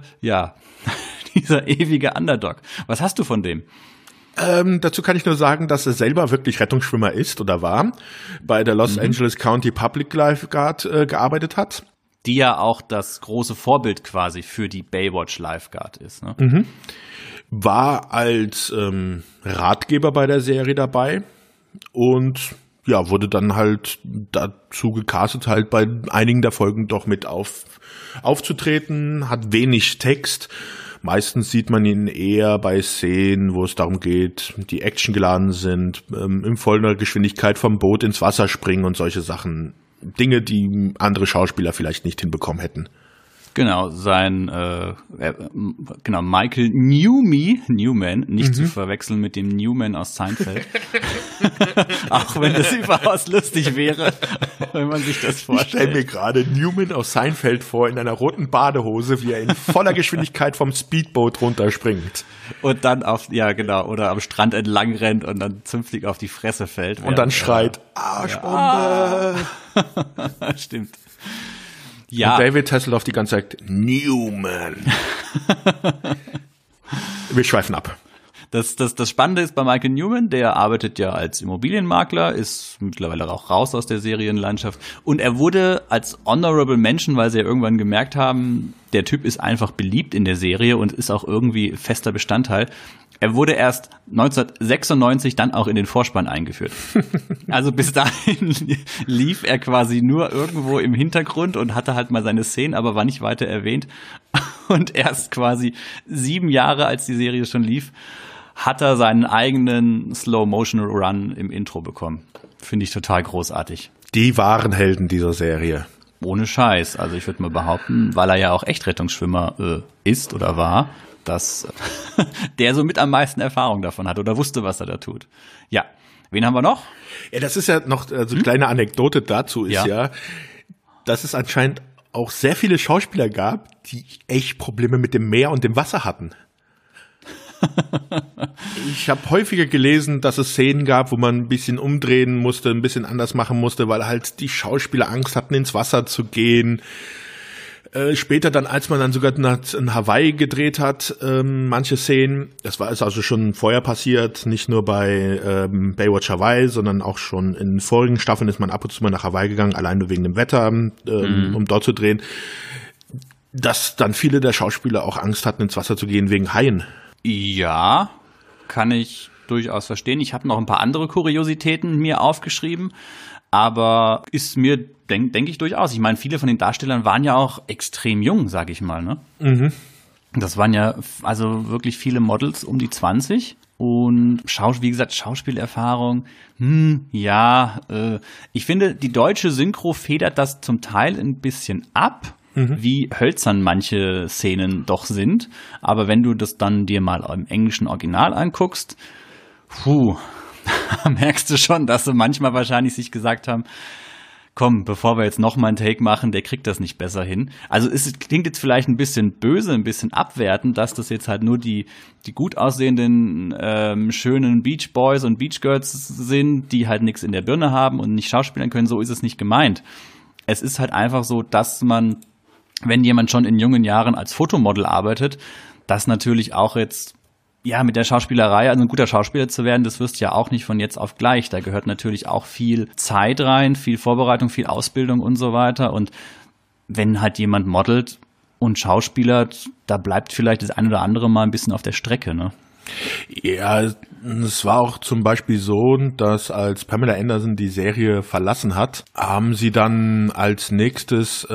Underdog. Was hast du von dem? Dazu kann ich nur sagen, dass er selber wirklich Rettungsschwimmer ist oder war, bei der Los Angeles County Public Lifeguard gearbeitet hat. Die ja auch das große Vorbild quasi für die Baywatch Lifeguard ist, ne? War als Ratgeber bei der Serie dabei und wurde dann halt dazu gecastet, halt bei einigen der Folgen doch mit aufzutreten, hat wenig Text. Meistens sieht man ihn eher bei Szenen, wo es darum geht, die Action geladen sind, in voller Geschwindigkeit vom Boot ins Wasser springen und solche Sachen. Dinge, die andere Schauspieler vielleicht nicht hinbekommen hätten. Genau, Michael Newman, nicht zu verwechseln mit dem Newman aus Seinfeld. Auch wenn das überaus lustig wäre, wenn man sich das vorstellt. Ich stelle mir gerade Newman aus Seinfeld vor, in einer roten Badehose, wie er in voller Geschwindigkeit vom Speedboot runterspringt. Und dann oder am Strand entlang rennt und dann zünftig auf die Fresse fällt. Und dann schreit, Arschbombe! Stimmt. Ja. Und David Hasselhoff die ganze Zeit, Newman. Wir schweifen ab. Das Spannende ist bei Michael Newman, der arbeitet ja als Immobilienmakler, ist mittlerweile auch raus aus der Serienlandschaft. Und er wurde als Honorable Mention, weil sie ja irgendwann gemerkt haben, der Typ ist einfach beliebt in der Serie und ist auch irgendwie fester Bestandteil. Er wurde erst 1996 dann auch in den Vorspann eingeführt. Also bis dahin lief er quasi nur irgendwo im Hintergrund und hatte halt mal seine Szenen, aber war nicht weiter erwähnt. Und erst quasi 7 Jahre, als die Serie schon lief, hat er seinen eigenen Slow-Motion-Run im Intro bekommen. Finde ich total großartig. Die wahren Helden dieser Serie. ohne Scheiß. Also ich würde mal behaupten, weil er ja auch echt Rettungsschwimmer ist oder war, dass der so mit am meisten Erfahrung davon hat oder wusste, was er da tut. Ja, wen haben wir noch? Ja, das ist ja noch, also kleine Anekdote dazu ist ja, dass es anscheinend auch sehr viele Schauspieler gab, die echt Probleme mit dem Meer und dem Wasser hatten. Ich habe häufiger gelesen, dass es Szenen gab, wo man ein bisschen umdrehen musste, ein bisschen anders machen musste, weil halt die Schauspieler Angst hatten, ins Wasser zu gehen. Später dann, als man dann sogar in Hawaii gedreht hat, manche Szenen, das war also schon vorher passiert, nicht nur bei Baywatch Hawaii, sondern auch schon in vorigen Staffeln ist man ab und zu mal nach Hawaii gegangen, allein nur wegen dem Wetter, um dort zu drehen, dass dann viele der Schauspieler auch Angst hatten, ins Wasser zu gehen wegen Haien. Ja, kann ich durchaus verstehen. Ich habe noch ein paar andere Kuriositäten mir aufgeschrieben, aber ist mir, denke ich, durchaus. Ich meine, viele von den Darstellern waren ja auch extrem jung, sage ich mal, ne? Mhm. Das waren ja also wirklich viele Models um die 20 und wie gesagt, Schauspielerfahrung, ich finde, die deutsche Synchro federt das zum Teil ein bisschen ab, wie hölzern manche Szenen doch sind. Aber wenn du das dann dir mal im englischen Original anguckst, merkst du schon, dass sie manchmal wahrscheinlich sich gesagt haben, komm, bevor wir jetzt noch mal einen Take machen, der kriegt das nicht besser hin. Also es klingt jetzt vielleicht ein bisschen böse, ein bisschen abwertend, dass das jetzt halt nur die gut aussehenden, schönen Beach Boys und Beach Girls sind, die halt nichts in der Birne haben und nicht schauspielern können. So ist es nicht gemeint. Es ist halt einfach so, dass man, wenn jemand schon in jungen Jahren als Fotomodel arbeitet, das natürlich auch jetzt, ja, mit der Schauspielerei, also ein guter Schauspieler zu werden, das wirst du ja auch nicht von jetzt auf gleich. Da gehört natürlich auch viel Zeit rein, viel Vorbereitung, viel Ausbildung und so weiter. Und wenn halt jemand modelt und schauspielert, da bleibt vielleicht das ein oder andere mal ein bisschen auf der Strecke, ne? Ja, es war auch zum Beispiel so, dass als Pamela Anderson die Serie verlassen hat, haben sie dann als nächstes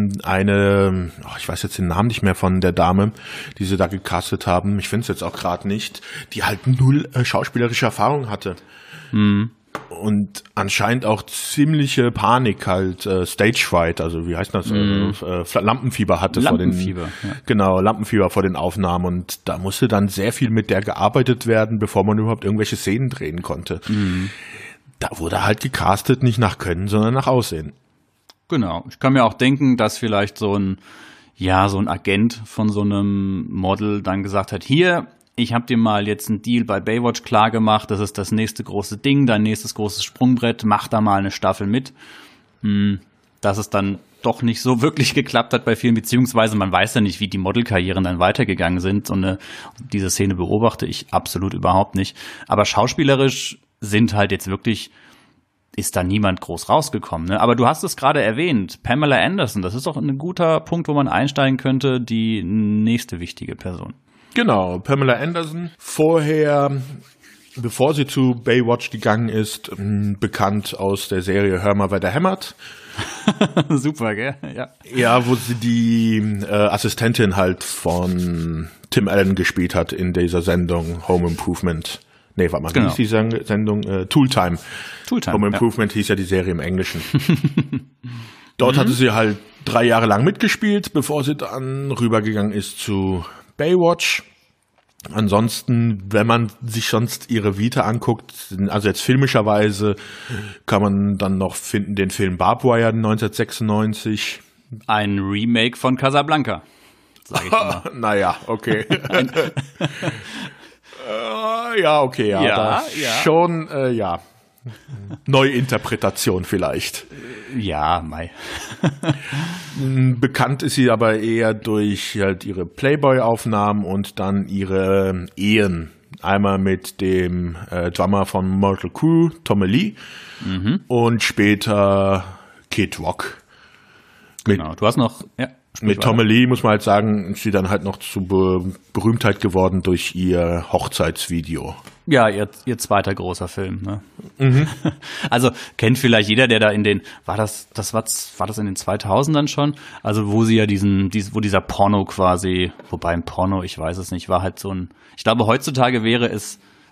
ich weiß jetzt den Namen nicht mehr von der Dame, die sie da gecastet haben, ich finde es jetzt auch gerade nicht, die halt null schauspielerische Erfahrung hatte. Mhm. Und anscheinend auch ziemliche Panik halt, Stage Fright, also wie heißt das, Lampenfieber hatte Lampenfieber vor den Aufnahmen und da musste dann sehr viel mit der gearbeitet werden, bevor man überhaupt irgendwelche Szenen drehen konnte. Mhm. Da wurde halt gecastet, nicht nach Können, sondern nach Aussehen. Genau, ich kann mir auch denken, dass vielleicht so ein Agent von so einem Model dann gesagt hat, hier, ich habe dir mal jetzt einen Deal bei Baywatch klar gemacht, das ist das nächste große Ding, dein nächstes großes Sprungbrett, mach da mal eine Staffel mit. Dass es dann doch nicht so wirklich geklappt hat bei vielen, beziehungsweise man weiß ja nicht, wie die Modelkarrieren dann weitergegangen sind. Diese Szene beobachte ich absolut überhaupt nicht. Aber schauspielerisch ist da niemand groß rausgekommen. Ne? Aber du hast es gerade erwähnt, Pamela Anderson, das ist doch ein guter Punkt, wo man einsteigen könnte, die nächste wichtige Person. Genau, Pamela Anderson, bevor sie zu Baywatch gegangen ist, bekannt aus der Serie Hör mal, wer da hämmert. Super, gell? Ja. Ja, wo sie die Assistentin halt von Tim Allen gespielt hat in dieser Sendung Home Improvement. Nee, warte mal, wie hieß die Sendung? Tooltime. Home Improvement hieß ja die Serie im Englischen. Dort hatte sie halt 3 Jahre lang mitgespielt, bevor sie dann rübergegangen ist zu Baywatch. Ansonsten, wenn man sich sonst ihre Vita anguckt, also jetzt filmischerweise, kann man dann noch finden den Film Barbwire 1996. Ein Remake von Casablanca, sage ich mal. Naja, okay. Schon, ja. Neuinterpretation vielleicht. Ja, Mai. Bekannt ist sie aber eher durch halt ihre Playboy-Aufnahmen und dann ihre Ehen. Einmal mit dem Drummer von Motley Crue, Tommy Lee, und später Kid Rock. Genau, du hast noch... Ja. Mit Tommy Lee, muss man halt sagen, ist sie dann halt noch zu Berühmtheit geworden durch ihr Hochzeitsvideo. Ja, ihr zweiter großer Film, ne? Mhm. Also kennt vielleicht jeder, der da war das in den 2000ern schon? Also wo sie ja wo dieser Porno quasi, wobei ein Porno, ich weiß es nicht, war halt so ich glaube heutzutage würde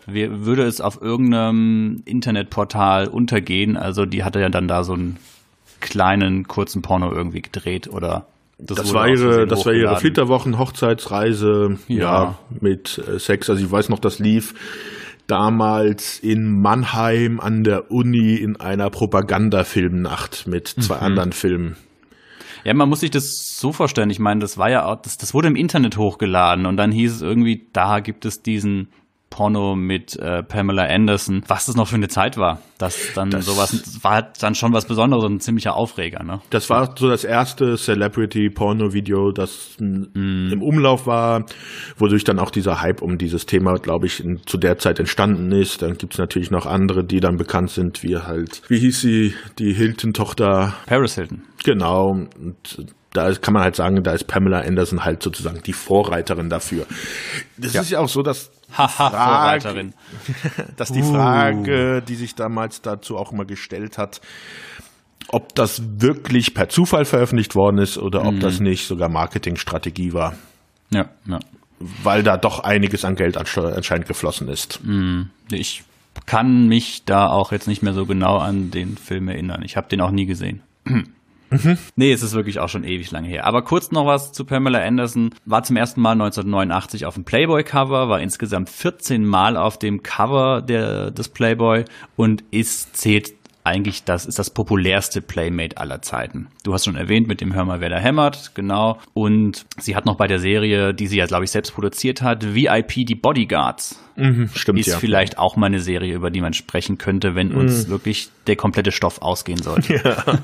es auf irgendeinem Internetportal untergehen, also die hatte ja dann da so ein kleinen, kurzen Porno irgendwie gedreht, oder? Das war ihre Flitterwochen-Hochzeitsreise, ja, mit Sex. Also ich weiß noch, das lief damals in Mannheim an der Uni in einer Propagandafilmnacht mit 2 anderen Filmen. Ja, man muss sich das so vorstellen. Ich meine, das war ja auch, das wurde im Internet hochgeladen und dann hieß es irgendwie, da gibt es diesen Porno mit Pamela Anderson. Was das noch für eine Zeit war, sowas war dann schon was Besonderes und ein ziemlicher Aufreger, ne? Das war so das erste Celebrity-Porno-Video, das im Umlauf war, wodurch dann auch dieser Hype um dieses Thema, glaube ich, zu der Zeit entstanden ist. Dann gibt's natürlich noch andere, die dann bekannt sind, wie hieß sie, die Hilton-Tochter? Paris Hilton. Genau, und da kann man halt sagen, da ist Pamela Anderson halt sozusagen die Vorreiterin dafür. Das ist ja auch so, dass Vorreiterin. Dass die Frage, die sich damals dazu auch immer gestellt hat, ob das wirklich per Zufall veröffentlicht worden ist oder ob das nicht sogar Marketingstrategie war. Ja. Weil da doch einiges an Geld anscheinend geflossen ist. Ich kann mich da auch jetzt nicht mehr so genau an den Film erinnern. Ich habe den auch nie gesehen. Nee, es ist wirklich auch schon ewig lange her. Aber kurz noch was zu Pamela Anderson. War zum ersten Mal 1989 auf dem Playboy-Cover, war insgesamt 14 Mal auf dem Cover des Playboy und zählt eigentlich, das ist das populärste Playmate aller Zeiten. Du hast schon erwähnt mit dem Hör mal, wer da hämmert, genau. Und sie hat noch bei der Serie, die sie ja, glaube ich, selbst produziert hat, VIP, die Bodyguards. Stimmt, ist vielleicht auch mal eine Serie, über die man sprechen könnte, wenn uns wirklich der komplette Stoff ausgehen sollte.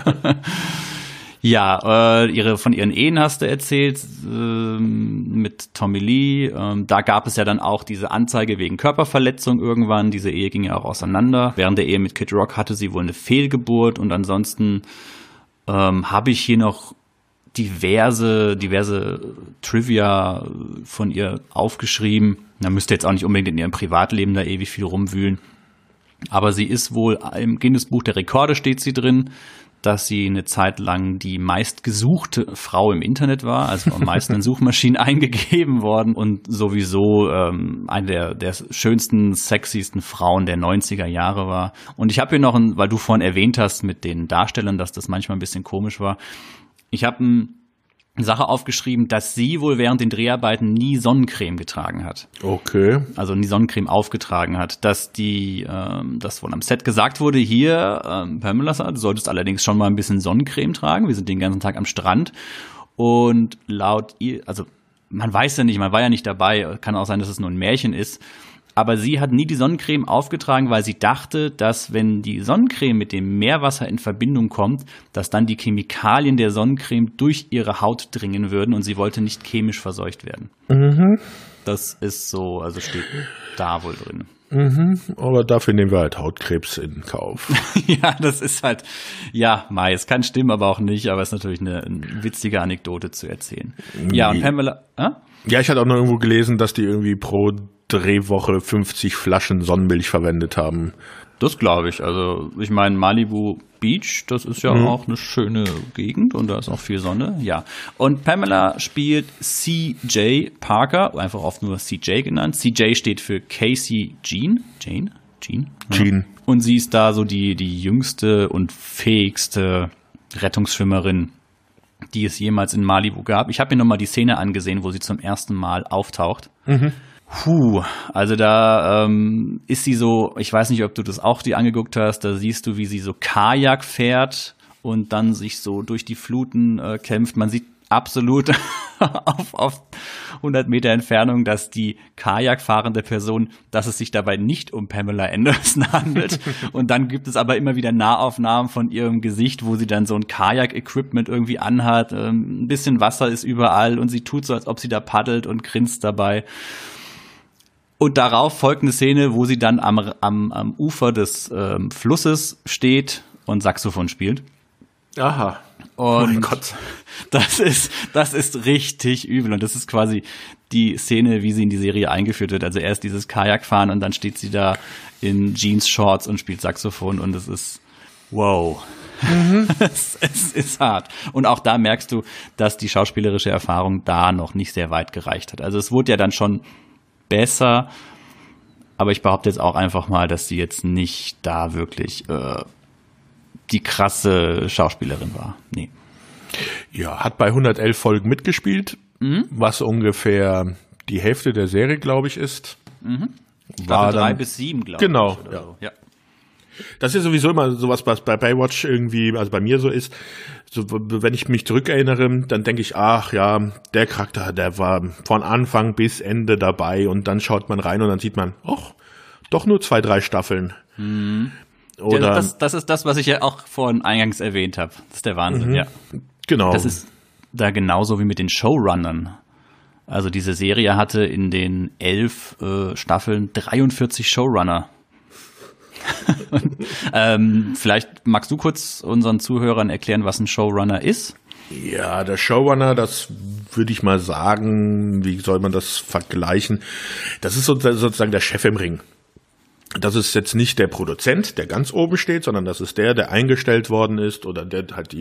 Ja, von ihren Ehen hast du erzählt, mit Tommy Lee. Da gab es ja dann auch diese Anzeige wegen Körperverletzung irgendwann. Diese Ehe ging ja auch auseinander. Während der Ehe mit Kid Rock hatte sie wohl eine Fehlgeburt. Und ansonsten habe ich hier noch diverse Trivia von ihr aufgeschrieben. Da müsst ihr jetzt auch nicht unbedingt in ihrem Privatleben da ewig viel rumwühlen. Aber sie ist wohl, im Guinness-Buch der Rekorde steht sie drin, dass sie eine Zeit lang die meistgesuchte Frau im Internet war, also am meisten in Suchmaschinen eingegeben worden und sowieso eine der schönsten, sexiesten Frauen der 90er Jahre war. Und ich habe hier noch, weil du vorhin erwähnt hast mit den Darstellern, dass das manchmal ein bisschen komisch war, ich habe eine Sache aufgeschrieben, dass sie wohl während den Dreharbeiten nie Sonnencreme getragen hat. Okay. Also nie Sonnencreme aufgetragen hat. Dass das wohl am Set gesagt wurde, hier, Pamela, du solltest allerdings schon mal ein bisschen Sonnencreme tragen. Wir sind den ganzen Tag am Strand. Und laut ihr, also man weiß ja nicht, man war ja nicht dabei. Kann auch sein, dass es nur ein Märchen ist. Aber sie hat nie die Sonnencreme aufgetragen, weil sie dachte, dass wenn die Sonnencreme mit dem Meerwasser in Verbindung kommt, dass dann die Chemikalien der Sonnencreme durch ihre Haut dringen würden und sie wollte nicht chemisch verseucht werden. Das ist so, also steht da wohl drin. Aber dafür nehmen wir halt Hautkrebs in Kauf. Ja, das ist halt, ja, es kann stimmen, aber auch nicht, aber es ist natürlich eine witzige Anekdote zu erzählen. Ja, und Pamela, Ja, ich hatte auch noch irgendwo gelesen, dass die irgendwie pro Drehwoche 50 Flaschen Sonnenmilch verwendet haben. Das glaube ich. Also ich meine, Malibu Beach, das ist ja auch eine schöne Gegend und da ist auch viel Sonne. Ja. Und Pamela spielt C.J. Parker, einfach oft nur C.J. genannt. C.J. steht für Casey Jean. Jean? Jean. Und sie ist da so die jüngste und fähigste Rettungsschwimmerin, die es jemals in Malibu gab. Ich habe mir nochmal die Szene angesehen, wo sie zum ersten Mal auftaucht. Also da ist sie so, ich weiß nicht, ob du das auch dir angeguckt hast, da siehst du, wie sie so Kajak fährt und dann sich so durch die Fluten kämpft. Man sieht absolut auf 100 Meter Entfernung, dass die Kajakfahrende Person, dass es sich dabei nicht um Pamela Anderson handelt. Und dann gibt es aber immer wieder Nahaufnahmen von ihrem Gesicht, wo sie dann so ein Kajak-Equipment irgendwie anhat. Ein bisschen Wasser ist überall und sie tut so, als ob sie da paddelt und grinst dabei. Und darauf folgt eine Szene, wo sie dann am Ufer des Flusses steht und Saxophon spielt. Aha. Und oh mein Gott. Das ist richtig übel. Und das ist quasi die Szene, wie sie in die Serie eingeführt wird. Also erst dieses Kajakfahren und dann steht sie da in Jeans-Shorts und spielt Saxophon und es ist wow. Es ist hart. Und auch da merkst du, dass die schauspielerische Erfahrung da noch nicht sehr weit gereicht hat. Also es wurde ja dann schon besser, aber ich behaupte jetzt auch einfach mal, dass sie jetzt nicht da wirklich die krasse Schauspielerin war. Nee. Ja, hat bei 111 Folgen mitgespielt, was ungefähr die Hälfte der Serie, glaube ich, ist. War 3 bis 7, glaube genau, ich. Genau, ja. So. Ja. Das ist sowieso immer sowas, was bei Baywatch irgendwie, also bei mir so ist. So, wenn ich mich zurückerinnere, dann denke ich, ach ja, der Charakter, der war von Anfang bis Ende dabei und dann schaut man rein und dann sieht man, ach, doch nur 2, 3 Staffeln. Oder ja, das ist das, was ich ja auch vorhin eingangs erwähnt habe. Das ist der Wahnsinn, ja. Genau. Das ist da genauso wie mit den Showrunnern. Also diese Serie hatte in den 11 Staffeln 43 Showrunner. Vielleicht magst du kurz unseren Zuhörern erklären, was ein Showrunner ist? Ja, der Showrunner, das würde ich mal sagen, wie soll man das vergleichen? Das ist sozusagen der Chef im Ring. Das ist jetzt nicht der Produzent, der ganz oben steht, sondern das ist der eingestellt worden ist oder der halt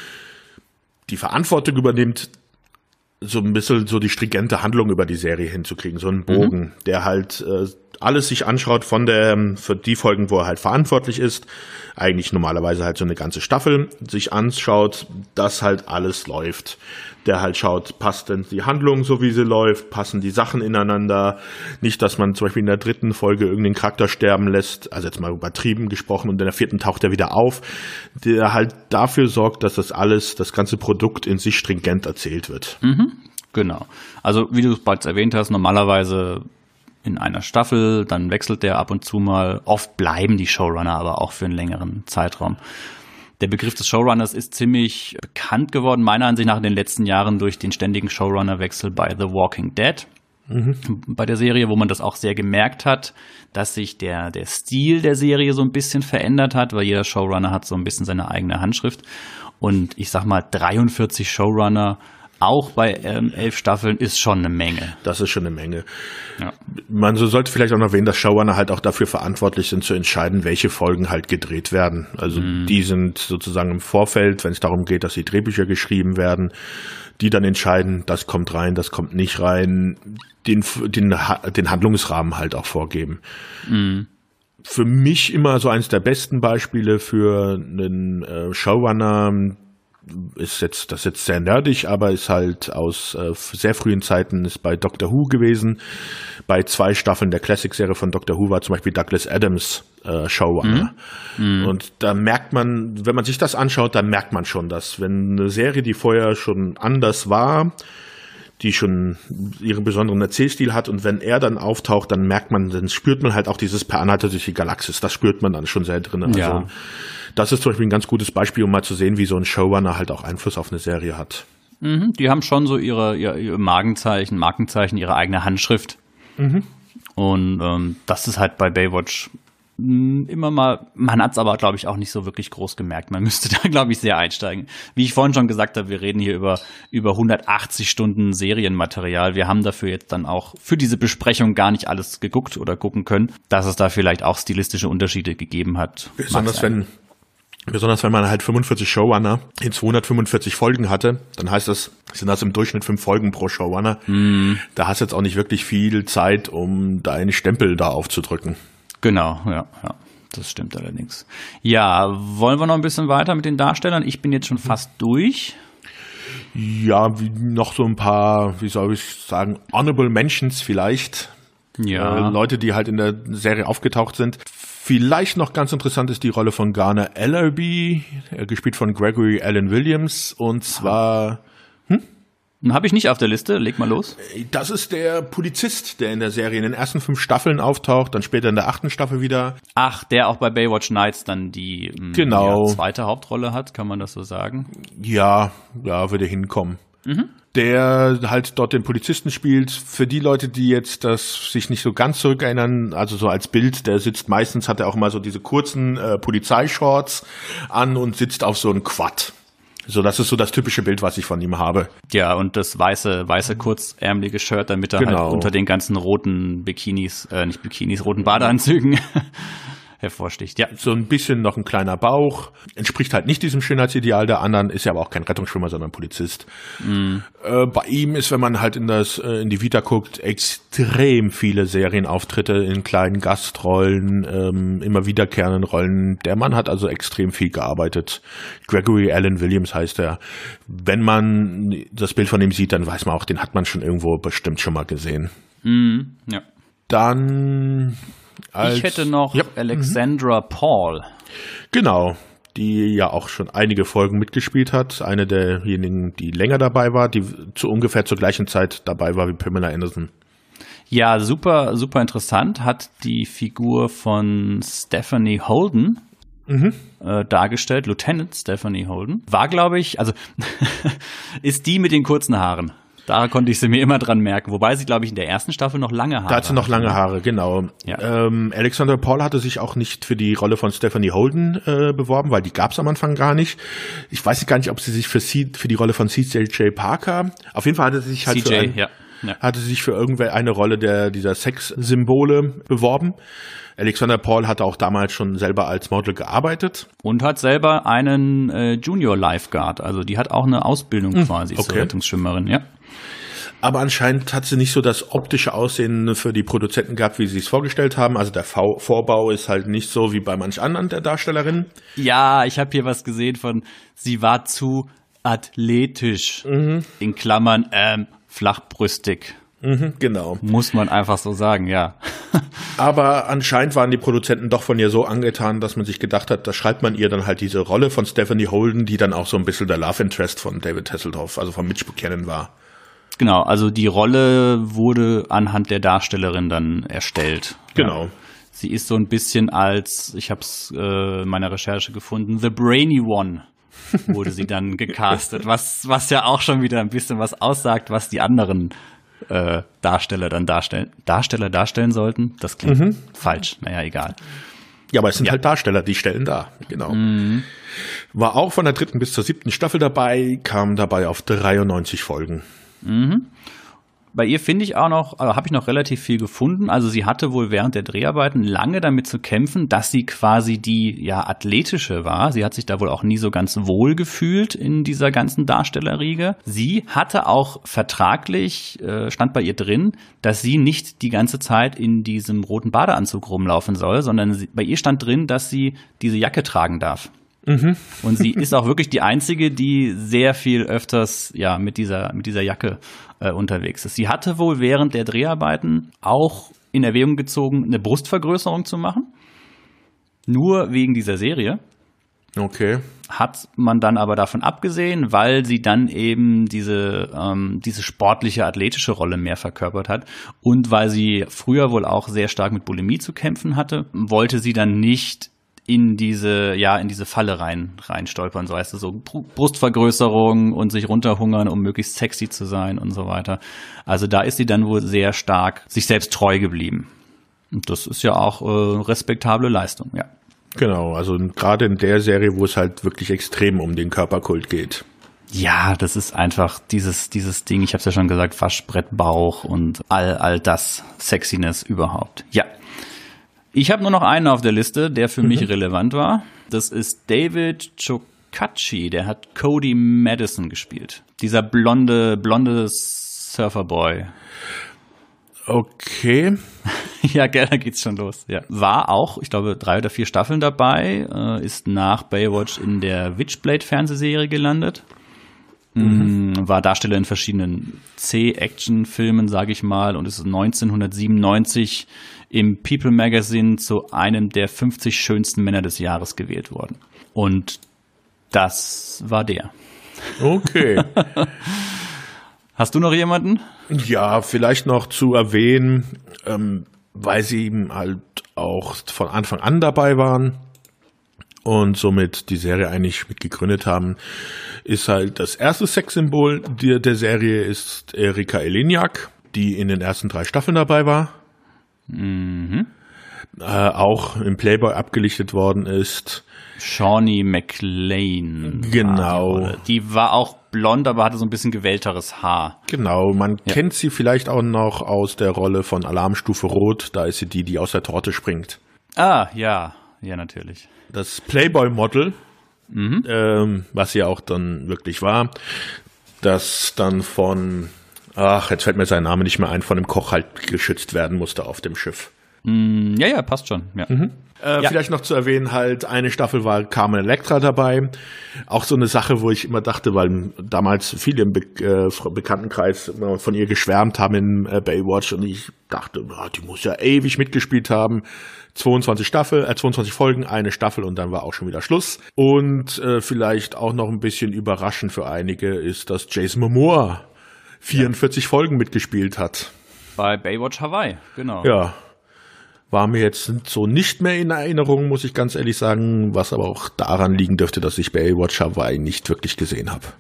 die Verantwortung übernimmt, so ein bisschen so die stringente Handlung über die Serie hinzukriegen, so einen Bogen, der halt alles sich anschaut für die Folgen, wo er halt verantwortlich ist, eigentlich normalerweise halt so eine ganze Staffel sich anschaut, dass halt alles läuft. Der halt schaut, passt denn die Handlung so, wie sie läuft, passen die Sachen ineinander, nicht, dass man zum Beispiel in der 3. Folge irgendeinen Charakter sterben lässt, also jetzt mal übertrieben gesprochen, und in der 4. taucht er wieder auf, der halt dafür sorgt, dass das ganze Produkt in sich stringent erzählt wird. Genau. Also wie du es bereits erwähnt hast, normalerweise in einer Staffel, dann wechselt der ab und zu mal. Oft bleiben die Showrunner aber auch für einen längeren Zeitraum. Der Begriff des Showrunners ist ziemlich bekannt geworden, meiner Ansicht nach in den letzten Jahren durch den ständigen Showrunner-Wechsel bei The Walking Dead. Bei der Serie, wo man das auch sehr gemerkt hat, dass sich der Stil der Serie so ein bisschen verändert hat, weil jeder Showrunner hat so ein bisschen seine eigene Handschrift. Und ich sag mal, 43 Showrunner auch bei 11 Staffeln ist schon eine Menge. Das ist schon eine Menge. Ja. Man sollte vielleicht auch noch erwähnen, dass Showrunner halt auch dafür verantwortlich sind, zu entscheiden, welche Folgen halt gedreht werden. Also die sind sozusagen im Vorfeld, wenn es darum geht, dass die Drehbücher geschrieben werden, die dann entscheiden, das kommt rein, das kommt nicht rein, den Handlungsrahmen halt auch vorgeben. Für mich immer so eines der besten Beispiele für einen Showrunner, das ist jetzt sehr nerdig, aber ist halt aus sehr frühen Zeiten, ist bei Doctor Who gewesen. Bei 2 Staffeln der Classic-Serie von Doctor Who war zum Beispiel Douglas Adams Showrunner. Und da merkt man, wenn man sich das anschaut, dann merkt man schon, dass wenn eine Serie, die vorher schon anders war, die schon ihren besonderen Erzählstil hat, und wenn er dann auftaucht, dann spürt man halt auch dieses Per Anhalter durch die Galaxis, das spürt man dann schon sehr drin. Also ja. Das ist zum Beispiel ein ganz gutes Beispiel, um mal zu sehen, wie so ein Showrunner halt auch Einfluss auf eine Serie hat. Die haben schon so ihre Markenzeichen, ihre eigene Handschrift. Und das ist halt bei Baywatch immer mal, man hat es aber, glaube ich, auch nicht so wirklich groß gemerkt. Man müsste da, glaube ich, sehr einsteigen. Wie ich vorhin schon gesagt habe, wir reden hier über 180 Stunden Serienmaterial. Wir haben dafür jetzt dann auch für diese Besprechung gar nicht alles geguckt oder gucken können, dass es da vielleicht auch stilistische Unterschiede gegeben hat. Besonders wenn man halt 45 Showrunner in 245 Folgen hatte, dann sind das im Durchschnitt 5 Folgen pro Showrunner. Da hast du jetzt auch nicht wirklich viel Zeit, um deinen Stempel da aufzudrücken. Genau, ja, das stimmt allerdings. Ja, wollen wir noch ein bisschen weiter mit den Darstellern? Ich bin jetzt schon fast durch. Ja, noch so ein paar, wie soll ich sagen, Honorable Mentions vielleicht. Ja. Leute, die halt in der Serie aufgetaucht sind. Vielleicht noch ganz interessant ist die Rolle von Garner Ellerby, gespielt von Gregory Allen Williams. Und zwar... Habe ich nicht auf der Liste, leg mal los. Das ist der Polizist, der in der Serie in den ersten 5 Staffeln auftaucht, dann später in der 8. Staffel wieder. Ach, der auch bei Baywatch Nights dann die zweite Hauptrolle hat, kann man das so sagen? Ja, würde hinkommen. Der halt dort den Polizisten spielt. Für die Leute, die jetzt das sich nicht so ganz zurückerinnern, also so als Bild, hat er auch mal so diese kurzen Polizeishorts an und sitzt auf so einem Quad. So, das ist so das typische Bild, was ich von ihm habe. Ja, und das weiße kurzärmelige Shirt, damit er halt unter den ganzen roten roten Badeanzügen hervorsticht. Ja. So ein bisschen noch ein kleiner Bauch. Entspricht halt nicht diesem Schönheitsideal der anderen, ist ja aber auch kein Rettungsschwimmer, sondern Polizist. Bei ihm ist, wenn man halt in die Vita guckt, extrem viele Serienauftritte in kleinen Gastrollen, immer wiederkehrenden Rollen. Der Mann hat also extrem viel gearbeitet. Gregory Alan Williams heißt er. Wenn man das Bild von ihm sieht, dann weiß man auch, den hat man schon irgendwo bestimmt schon mal gesehen. Ja. Dann ich hätte noch Alexandra Paul. Genau, die ja auch schon einige Folgen mitgespielt hat. Eine derjenigen, die länger dabei war, die ungefähr zur gleichen Zeit dabei war wie Pamela Anderson. Ja, super, super interessant. Hat die Figur von Stephanie Holden dargestellt, Lieutenant Stephanie Holden. War, glaube ich, also ist die mit den kurzen Haaren. Da konnte ich sie mir immer dran merken. Wobei sie, glaube ich, in der ersten Staffel noch lange Haare hatte. Da hat sie noch lange Haare, genau. Ja. Alexandra Paul hatte sich auch nicht für die Rolle von Stephanie Holden beworben, weil die gab es am Anfang gar nicht. Ich weiß gar nicht, ob sie sich für die Rolle von CJ Parker, auf jeden Fall hatte sie sich halt hatte sich für irgendeine Rolle dieser Sexsymbole beworben. Alexandra Paul hatte auch damals schon selber als Model gearbeitet. Und hat selber einen Junior Lifeguard. Also die hat auch eine Ausbildung quasi zur Rettungsschwimmerin, ja. Aber anscheinend hat sie nicht so das optische Aussehen für die Produzenten gehabt, wie sie es vorgestellt haben. Also der Vorbau ist halt nicht so wie bei manch anderen der Darstellerinnen. Ja, ich habe hier was gesehen von, sie war zu athletisch. In Klammern, flachbrüstig. Genau. Muss man einfach so sagen, ja. Aber anscheinend waren die Produzenten doch von ihr so angetan, dass man sich gedacht hat, da schreibt man ihr dann halt diese Rolle von Stephanie Holden, die dann auch so ein bisschen der Love Interest von David Hasselhoff, also von Mitch Buchanan war. Genau, also die Rolle wurde anhand der Darstellerin dann erstellt. Genau. Ja. Sie ist so ein bisschen als, ich habe es in meiner Recherche gefunden, The Brainy One wurde sie dann gecastet, was ja auch schon wieder ein bisschen was aussagt, was die anderen Darsteller dann darstellen sollten. Das klingt falsch, naja, egal. Ja, aber es sind halt Darsteller, die stellen dar, genau. War auch von der 3. bis zur 7. Staffel dabei, kam dabei auf 93 Folgen. Bei ihr finde ich auch noch, habe ich noch relativ viel gefunden. Also sie hatte wohl während der Dreharbeiten lange damit zu kämpfen, dass sie quasi die athletische war. Sie hat sich da wohl auch nie so ganz wohl gefühlt in dieser ganzen Darstellerriege. Sie hatte auch vertraglich, stand bei ihr drin, dass sie nicht die ganze Zeit in diesem roten Badeanzug rumlaufen soll, sondern bei ihr stand drin, dass sie diese Jacke tragen darf. Und sie ist auch wirklich die Einzige, die sehr viel öfters mit dieser Jacke unterwegs ist. Sie hatte wohl während der Dreharbeiten auch in Erwägung gezogen, eine Brustvergrößerung zu machen. Nur wegen dieser Serie. Okay. Hat man dann aber davon abgesehen, weil sie dann eben diese sportliche, athletische Rolle mehr verkörpert hat. Und weil sie früher wohl auch sehr stark mit Bulimie zu kämpfen hatte, wollte sie dann nicht in diese Falle rein stolpern, so heißt es, so Brustvergrößerung und sich runterhungern, um möglichst sexy zu sein und so weiter. Also da ist sie dann wohl sehr stark sich selbst treu geblieben. Und das ist ja auch respektable Leistung, ja. Genau, also gerade in der Serie, wo es halt wirklich extrem um den Körperkult geht. Ja, das ist einfach dieses Ding, ich habe es ja schon gesagt, Waschbrettbauch und all das Sexiness überhaupt. Ja. Ich habe nur noch einen auf der Liste, der für mich relevant war. Das ist David Chokachi, der hat Cody Madison gespielt. Dieser blonde Surferboy. Okay. Ja, da geht's schon los. Ja. War auch, ich glaube, 3 oder 4 Staffeln dabei, ist nach Baywatch in der Witchblade-Fernsehserie gelandet. War Darsteller in verschiedenen C-Action-Filmen, sage ich mal, und ist 1997 im People Magazine zu einem der 50 schönsten Männer des Jahres gewählt worden. Und das war der. Okay. Hast du noch jemanden? Ja, vielleicht noch zu erwähnen, weil sie eben halt auch von Anfang an dabei waren und somit die Serie eigentlich mit gegründet haben, ist halt das erste Sexsymbol der Serie ist Erika Eleniak, die in den ersten 3 Staffeln dabei war. Auch im Playboy abgelichtet worden ist. Shawnee MacLaine. Genau. Die war auch blond, aber hatte so ein bisschen gewellteres Haar. Genau, man kennt sie vielleicht auch noch aus der Rolle von Alarmstufe Rot. Da ist sie die aus der Torte springt. Ah, ja. Ja, natürlich. Das Playboy-Model, was ja auch dann wirklich war, das dann jetzt fällt mir sein Name nicht mehr ein, von dem Koch halt geschützt werden musste auf dem Schiff. Ja, passt schon. Ja. Vielleicht noch zu erwähnen, halt eine Staffel war Carmen Electra dabei. Auch so eine Sache, wo ich immer dachte, weil damals viele im Bekanntenkreis immer von ihr geschwärmt haben in Baywatch und ich dachte, die muss ja ewig mitgespielt haben. 22 Folgen, eine Staffel und dann war auch schon wieder Schluss. Und vielleicht auch noch ein bisschen überraschend für einige ist, dass Jason Momoa 44 Folgen mitgespielt hat. Bei Baywatch Hawaii, genau. Ja. War mir jetzt so nicht mehr in Erinnerung, muss ich ganz ehrlich sagen, was aber auch daran liegen dürfte, dass ich Baywatch Hawaii nicht wirklich gesehen habe.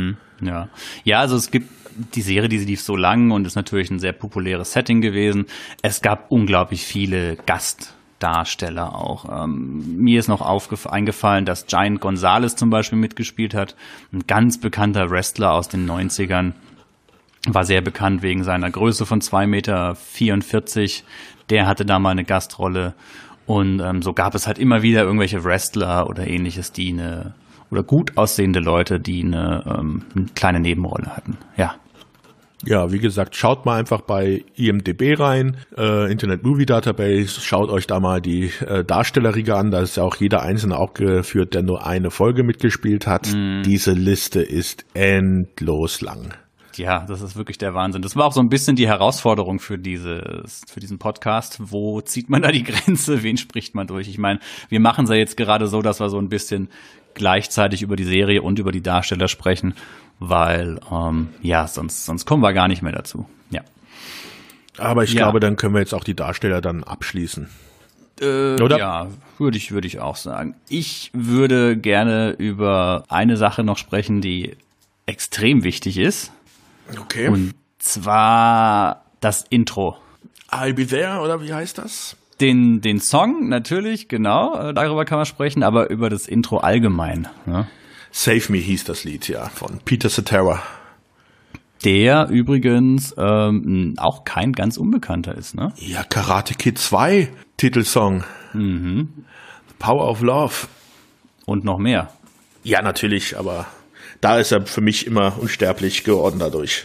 Ja, also es gibt die Serie, die lief so lang und ist natürlich ein sehr populäres Setting gewesen. Es gab unglaublich viele Gastdarsteller auch. Mir ist noch eingefallen, dass Giant Gonzalez zum Beispiel mitgespielt hat, ein ganz bekannter Wrestler aus den 90ern. War sehr bekannt wegen seiner Größe von 2,44 Meter. Der hatte da mal eine Gastrolle. Und so gab es halt immer wieder irgendwelche Wrestler oder ähnliches, oder gut aussehende Leute, die eine kleine Nebenrolle hatten. Ja. Ja, wie gesagt, schaut mal einfach bei IMDb rein, Internet Movie Database, schaut euch da mal die Darstellerriege an, da ist ja auch jeder Einzelne aufgeführt, der nur eine Folge mitgespielt hat. Diese Liste ist endlos lang. Ja, das ist wirklich der Wahnsinn. Das war auch so ein bisschen die Herausforderung für diesen Podcast. Wo zieht man da die Grenze? Wen spricht man durch? Ich meine, wir machen es ja jetzt gerade so, dass wir so ein bisschen gleichzeitig über die Serie und über die Darsteller sprechen, weil sonst kommen wir gar nicht mehr dazu. Ja. Aber ich glaube, dann können wir jetzt auch die Darsteller dann abschließen. Oder? Ja, würde ich auch sagen. Ich würde gerne über eine Sache noch sprechen, die extrem wichtig ist. Okay. Und zwar das Intro. I'll Be There, oder wie heißt das? Den Song natürlich, genau, darüber kann man sprechen, aber über das Intro allgemein. Ne? Save Me hieß das Lied, ja, von Peter Cetera. Der übrigens auch kein ganz Unbekannter ist, ne? Ja, Karate Kid 2 Titelsong. The Power of Love. Und noch mehr. Ja, natürlich, aber da ist er für mich immer unsterblich geworden dadurch.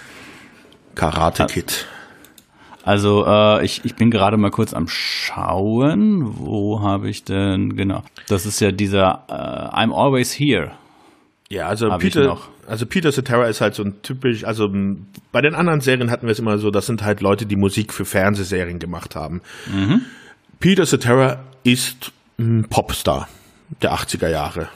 Karate Kid. Also ich bin gerade mal kurz am Schauen. Wo habe ich denn? Genau. Das ist ja dieser I'm Always Here. Ja, also Peter Cetera ist halt so ein typisch, also bei den anderen Serien hatten wir es immer so, das sind halt Leute, die Musik für Fernsehserien gemacht haben. Peter Cetera ist ein Popstar der 80er Jahre.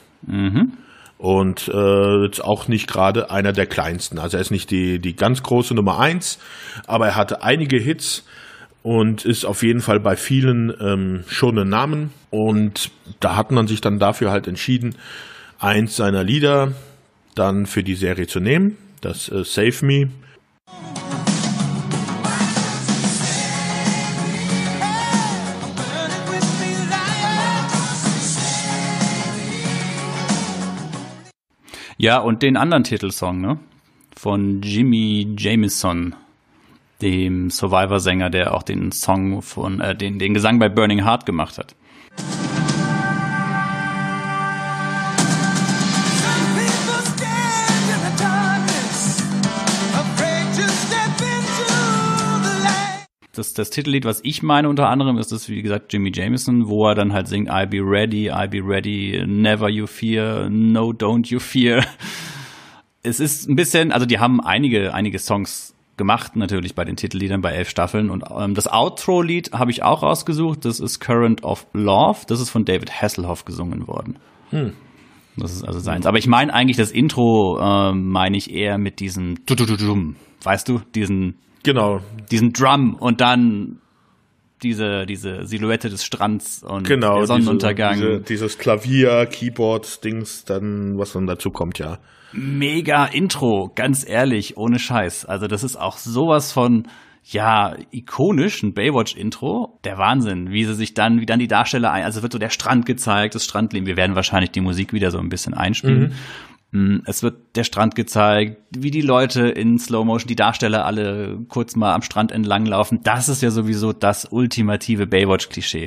Und jetzt auch nicht gerade einer der kleinsten. Also er ist nicht die ganz große Nummer 1, aber er hatte einige Hits und ist auf jeden Fall bei vielen schon ein Namen. Und da hat man sich dann dafür halt entschieden, eins seiner Lieder dann für die Serie zu nehmen, das Save Me. Ja, und den anderen Titelsong, ne? Von Jimmy Jamison, dem Survivor-Sänger, der auch den Song von, den Gesang bei Burning Heart gemacht hat. Das Titellied, was ich meine unter anderem, ist das, wie gesagt, Jimmy Jamison, wo er dann halt singt I'll be ready, never you fear, no don't you fear. Es ist ein bisschen, also die haben einige Songs gemacht, natürlich bei den Titelliedern, bei 11 Staffeln. Und das Outro-Lied habe ich auch rausgesucht, das ist Current of Love, das ist von David Hasselhoff gesungen worden. Das ist also seins. Aber ich meine eigentlich das Intro, meine ich eher mit diesem weißt du, diesen Drum und dann diese Silhouette des Strands und der Sonnenuntergang. Dieses Klavier, Keyboard-Dings, dann, was dann dazu kommt, ja. Mega Intro, ganz ehrlich, ohne Scheiß. Also das ist auch sowas von, ja, ikonisch, ein Baywatch-Intro. Der Wahnsinn, wie dann die Darsteller also wird so der Strand gezeigt, das Strandleben. Wir werden wahrscheinlich die Musik wieder so ein bisschen einspielen. Es wird der Strand gezeigt, wie die Leute in Slow Motion, die Darsteller alle kurz mal am Strand entlang laufen. Das ist ja sowieso das ultimative Baywatch-Klischee.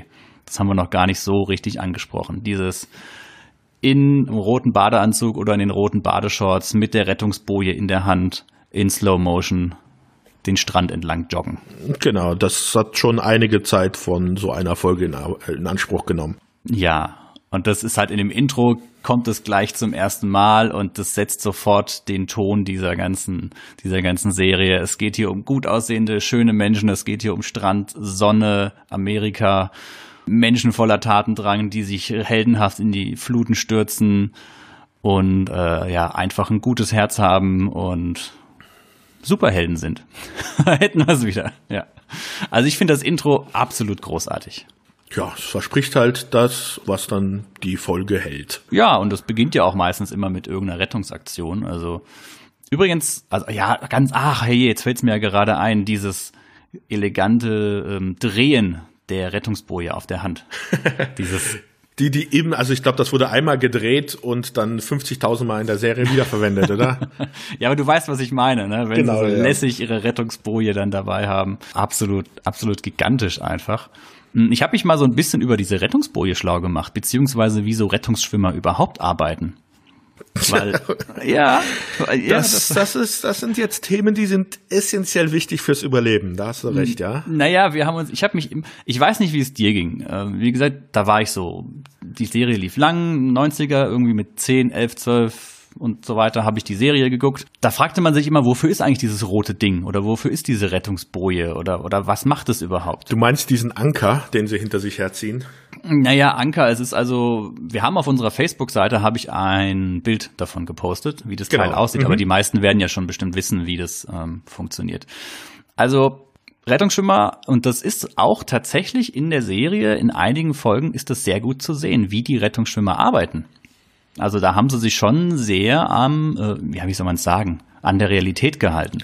Das haben wir noch gar nicht so richtig angesprochen. Dieses in roten Badeanzug oder in den roten Badeshorts mit der Rettungsboje in der Hand in Slow Motion den Strand entlang joggen. Genau, das hat schon einige Zeit von so einer Folge in Anspruch genommen. Ja, und das ist halt in dem Intro, kommt es gleich zum ersten Mal und das setzt sofort den Ton dieser ganzen Serie. Es geht hier um gut aussehende, schöne Menschen, es geht hier um Strand, Sonne, Amerika, Menschen voller Tatendrang, die sich heldenhaft in die Fluten stürzen und einfach ein gutes Herz haben und Superhelden sind. Hätten wir es wieder, ja. Also ich finde das Intro absolut großartig. Ja, es verspricht halt das, was dann die Folge hält. Ja, und das beginnt ja auch meistens immer mit irgendeiner Rettungsaktion. Also übrigens, jetzt fällt es mir ja gerade ein, dieses elegante Drehen der Rettungsboje auf der Hand. Dieses Die eben, also ich glaube, das wurde einmal gedreht und dann 50.000 Mal in der Serie wiederverwendet, oder? Ja, aber du weißt, was ich meine, ne? Wenn genau, sie so lässig ihre Rettungsboje dann dabei haben. Absolut, absolut gigantisch einfach. Ich habe mich mal so ein bisschen über diese Rettungsboje schlau gemacht, beziehungsweise wie so Rettungsschwimmer überhaupt arbeiten. Weil, das sind jetzt Themen, die sind essentiell wichtig fürs Überleben. Da hast du recht, ja. Naja, ich weiß nicht, wie es dir ging. Wie gesagt, da war ich so, die Serie lief lang, 90er, irgendwie mit 10, 11, 12 und so weiter, habe ich die Serie geguckt. Da fragte man sich immer, wofür ist eigentlich dieses rote Ding? Oder wofür ist diese Rettungsboje? Oder was macht es überhaupt? Du meinst diesen Anker, den sie hinter sich herziehen? Naja, Anker, es ist also, wir haben auf unserer Facebook-Seite, habe ich ein Bild davon gepostet, wie das Teil aussieht, aber die meisten werden ja schon bestimmt wissen, wie das funktioniert. Also Rettungsschwimmer, und das ist auch tatsächlich in der Serie, in einigen Folgen ist das sehr gut zu sehen, wie die Rettungsschwimmer arbeiten. Also da haben sie sich schon sehr an der Realität gehalten.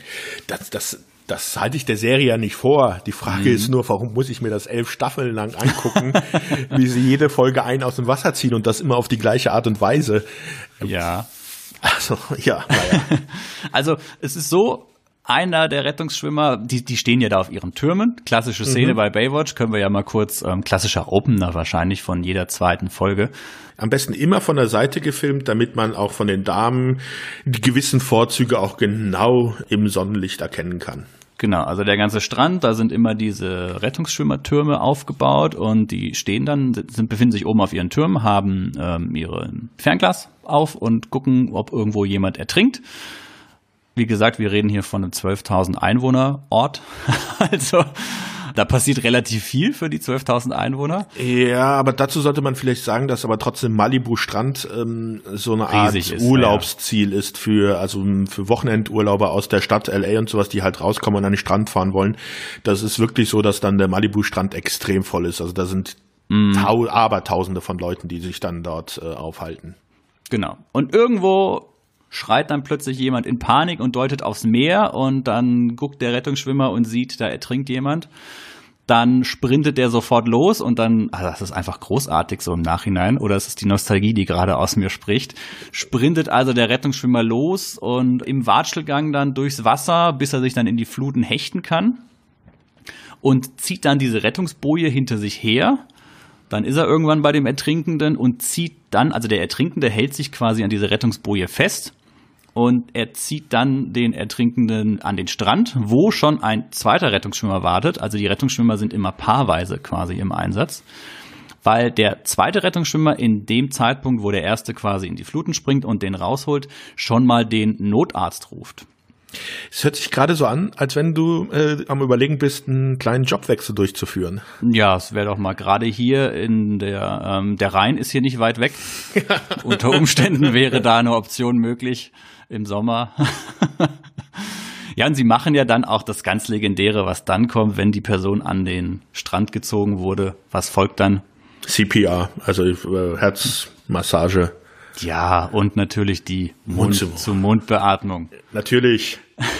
Das halte ich der Serie ja nicht vor. Die Frage ist nur, warum muss ich mir das 11 Staffeln lang angucken, wie sie jede Folge einen aus dem Wasser ziehen und das immer auf die gleiche Art und Weise. Ja. Also, ja, naja. Also, es ist so, einer der Rettungsschwimmer, die stehen ja da auf ihren Türmen. Klassische Szene bei Baywatch, können wir ja mal kurz, klassischer Opener wahrscheinlich von jeder zweiten Folge. Am besten immer von der Seite gefilmt, damit man auch von den Damen die gewissen Vorzüge auch genau im Sonnenlicht erkennen kann. Genau, also der ganze Strand, da sind immer diese Rettungsschwimmertürme aufgebaut und die stehen dann, befinden sich oben auf ihren Türmen, haben ihre Fernglas auf und gucken, ob irgendwo jemand ertrinkt. Wie gesagt, wir reden hier von einem 12.000 Einwohner Ort, also da passiert relativ viel für die 12.000 Einwohner. Ja, aber dazu sollte man vielleicht sagen, dass aber trotzdem Malibu Strand so eine Art Urlaubsziel ist für Wochenendurlauber aus der Stadt LA und sowas, die halt rauskommen und an den Strand fahren wollen. Das ist wirklich so, dass dann der Malibu Strand extrem voll ist. Also da sind Abertausende von Leuten, die sich dann dort aufhalten. Genau. Und irgendwo schreit dann plötzlich jemand in Panik und deutet aufs Meer und dann guckt der Rettungsschwimmer und sieht, da ertrinkt jemand. Dann sprintet der sofort los und dann, also das ist einfach großartig so im Nachhinein, oder es ist die Nostalgie, die gerade aus mir spricht, sprintet also der Rettungsschwimmer los und im Watschelgang dann durchs Wasser, bis er sich dann in die Fluten hechten kann und zieht dann diese Rettungsboje hinter sich her. Dann ist er irgendwann bei dem Ertrinkenden und zieht dann, also der Ertrinkende hält sich quasi an diese Rettungsboje fest und er zieht dann den Ertrinkenden an den Strand, wo schon ein zweiter Rettungsschwimmer wartet. Also die Rettungsschwimmer sind immer paarweise quasi im Einsatz, weil der zweite Rettungsschwimmer in dem Zeitpunkt, wo der erste quasi in die Fluten springt und den rausholt, schon mal den Notarzt ruft. Es hört sich gerade so an, als wenn du am Überlegen bist, einen kleinen Jobwechsel durchzuführen. Ja, es wäre doch mal gerade hier in der Rhein ist hier nicht weit weg. Unter Umständen wäre da eine Option möglich im Sommer. Ja, und sie machen ja dann auch das ganz Legendäre, was dann kommt, wenn die Person an den Strand gezogen wurde. Was folgt dann? CPR, also Herzmassage. Ja, und natürlich die Mund-zu-Mund-Beatmung. Natürlich.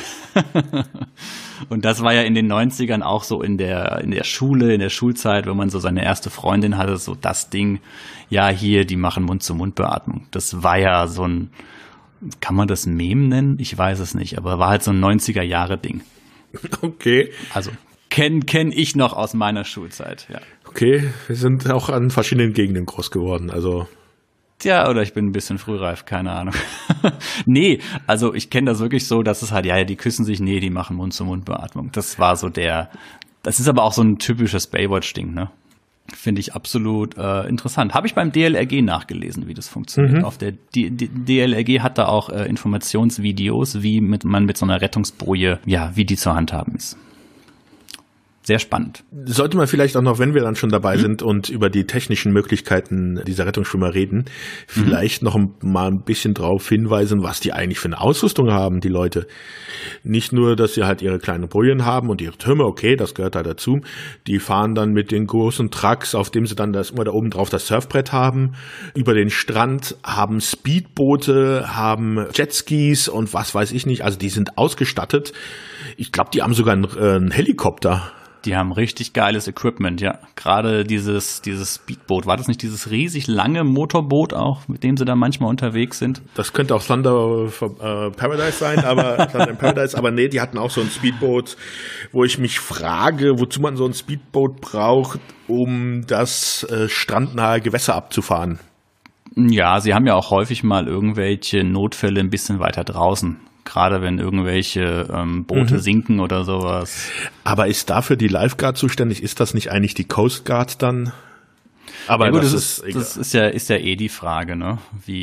Und das war ja in den 90ern auch so in der Schule, in der Schulzeit, wenn man so seine erste Freundin hatte, so das Ding, ja hier, die machen Mund-zu-Mund-Beatmung. Das war ja so ein, kann man das Meme nennen? Ich weiß es nicht, aber war halt so ein 90er-Jahre-Ding. Okay. Also Kenn ich noch aus meiner Schulzeit, ja. Okay, wir sind auch an verschiedenen Gegenden groß geworden, also. Tja, oder ich bin ein bisschen frühreif, keine Ahnung. Nee, also ich kenne das wirklich so, dass es halt, ja, die küssen sich, nee, die machen Mund-zu-Mund-Beatmung. Das war so das ist aber auch so ein typisches Baywatch-Ding, ne? Finde ich absolut interessant. Habe ich beim DLRG nachgelesen, wie das funktioniert. Auf der DLRG hat da auch Informationsvideos, wie man mit so einer Rettungsboje, ja, wie die zu handhaben ist. Sehr spannend. Sollte man vielleicht auch noch, wenn wir dann schon dabei sind und über die technischen Möglichkeiten dieser Rettungsschwimmer reden, vielleicht noch mal ein bisschen drauf hinweisen, was die eigentlich für eine Ausrüstung haben, die Leute. Nicht nur, dass sie halt ihre kleinen Bojen haben und ihre Türme, okay, das gehört da dazu. Die fahren dann mit den großen Trucks, auf dem sie dann immer da oben drauf das Surfbrett haben, über den Strand, haben Speedboote, haben Jetskis und was weiß ich nicht. Also die sind ausgestattet. Ich glaube, die haben sogar einen Helikopter. Die haben richtig geiles Equipment, ja. Gerade dieses Speedboot. War das nicht dieses riesig lange Motorboot auch, mit dem sie da manchmal unterwegs sind? Das könnte auch Thunder Paradise sein, aber nee, die hatten auch so ein Speedboot, wo ich mich frage, wozu man so ein Speedboot braucht, um das strandnahe Gewässer abzufahren. Ja, sie haben ja auch häufig mal irgendwelche Notfälle ein bisschen weiter draußen. Gerade wenn irgendwelche Boote sinken oder sowas. Aber ist dafür die Lifeguard zuständig? Ist das nicht eigentlich die Coast Guard dann? Aber ja, gut, das ist ja eh die Frage, ne? Wie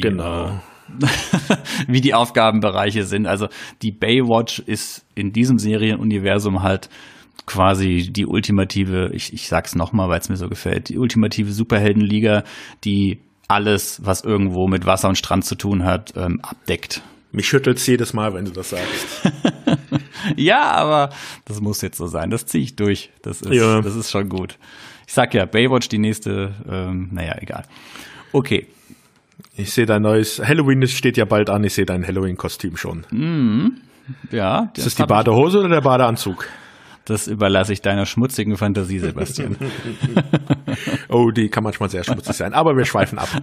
die Aufgabenbereiche sind. Also die Baywatch ist in diesem Serienuniversum halt quasi die ultimative, ich sag's nochmal, weil es mir so gefällt, die ultimative Superheldenliga, die alles, was irgendwo mit Wasser und Strand zu tun hat, abdeckt. Mich schüttelt's jedes Mal, wenn du das sagst. Ja, aber das muss jetzt so sein. Das ziehe ich durch. Das ist schon gut. Ich sag ja, Baywatch die nächste, naja, egal. Okay. Ich sehe dein neues Halloween, steht ja bald an. Ich sehe dein Halloween-Kostüm schon. Ja. Ist das die Badehose oder der Badeanzug? Das überlasse ich deiner schmutzigen Fantasie, Sebastian. Oh, die kann manchmal sehr schmutzig sein. Aber wir schweifen ab.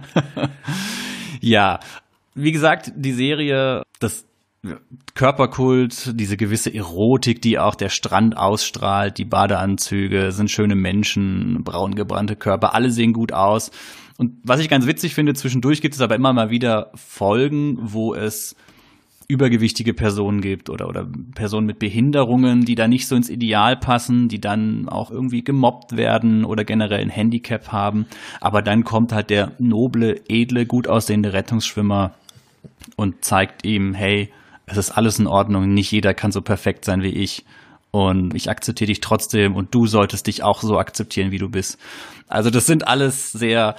Ja. Wie gesagt, die Serie, das Körperkult, diese gewisse Erotik, die auch der Strand ausstrahlt, die Badeanzüge, sind schöne Menschen, braun gebrannte Körper, alle sehen gut aus. Und was ich ganz witzig finde, zwischendurch gibt es aber immer mal wieder Folgen, wo es übergewichtige Personen gibt oder Personen mit Behinderungen, die da nicht so ins Ideal passen, die dann auch irgendwie gemobbt werden oder generell ein Handicap haben. Aber dann kommt halt der noble, edle, gut aussehende Rettungsschwimmer und zeigt ihm, hey, es ist alles in Ordnung, nicht jeder kann so perfekt sein wie ich und ich akzeptiere dich trotzdem und du solltest dich auch so akzeptieren, wie du bist. Also das sind alles sehr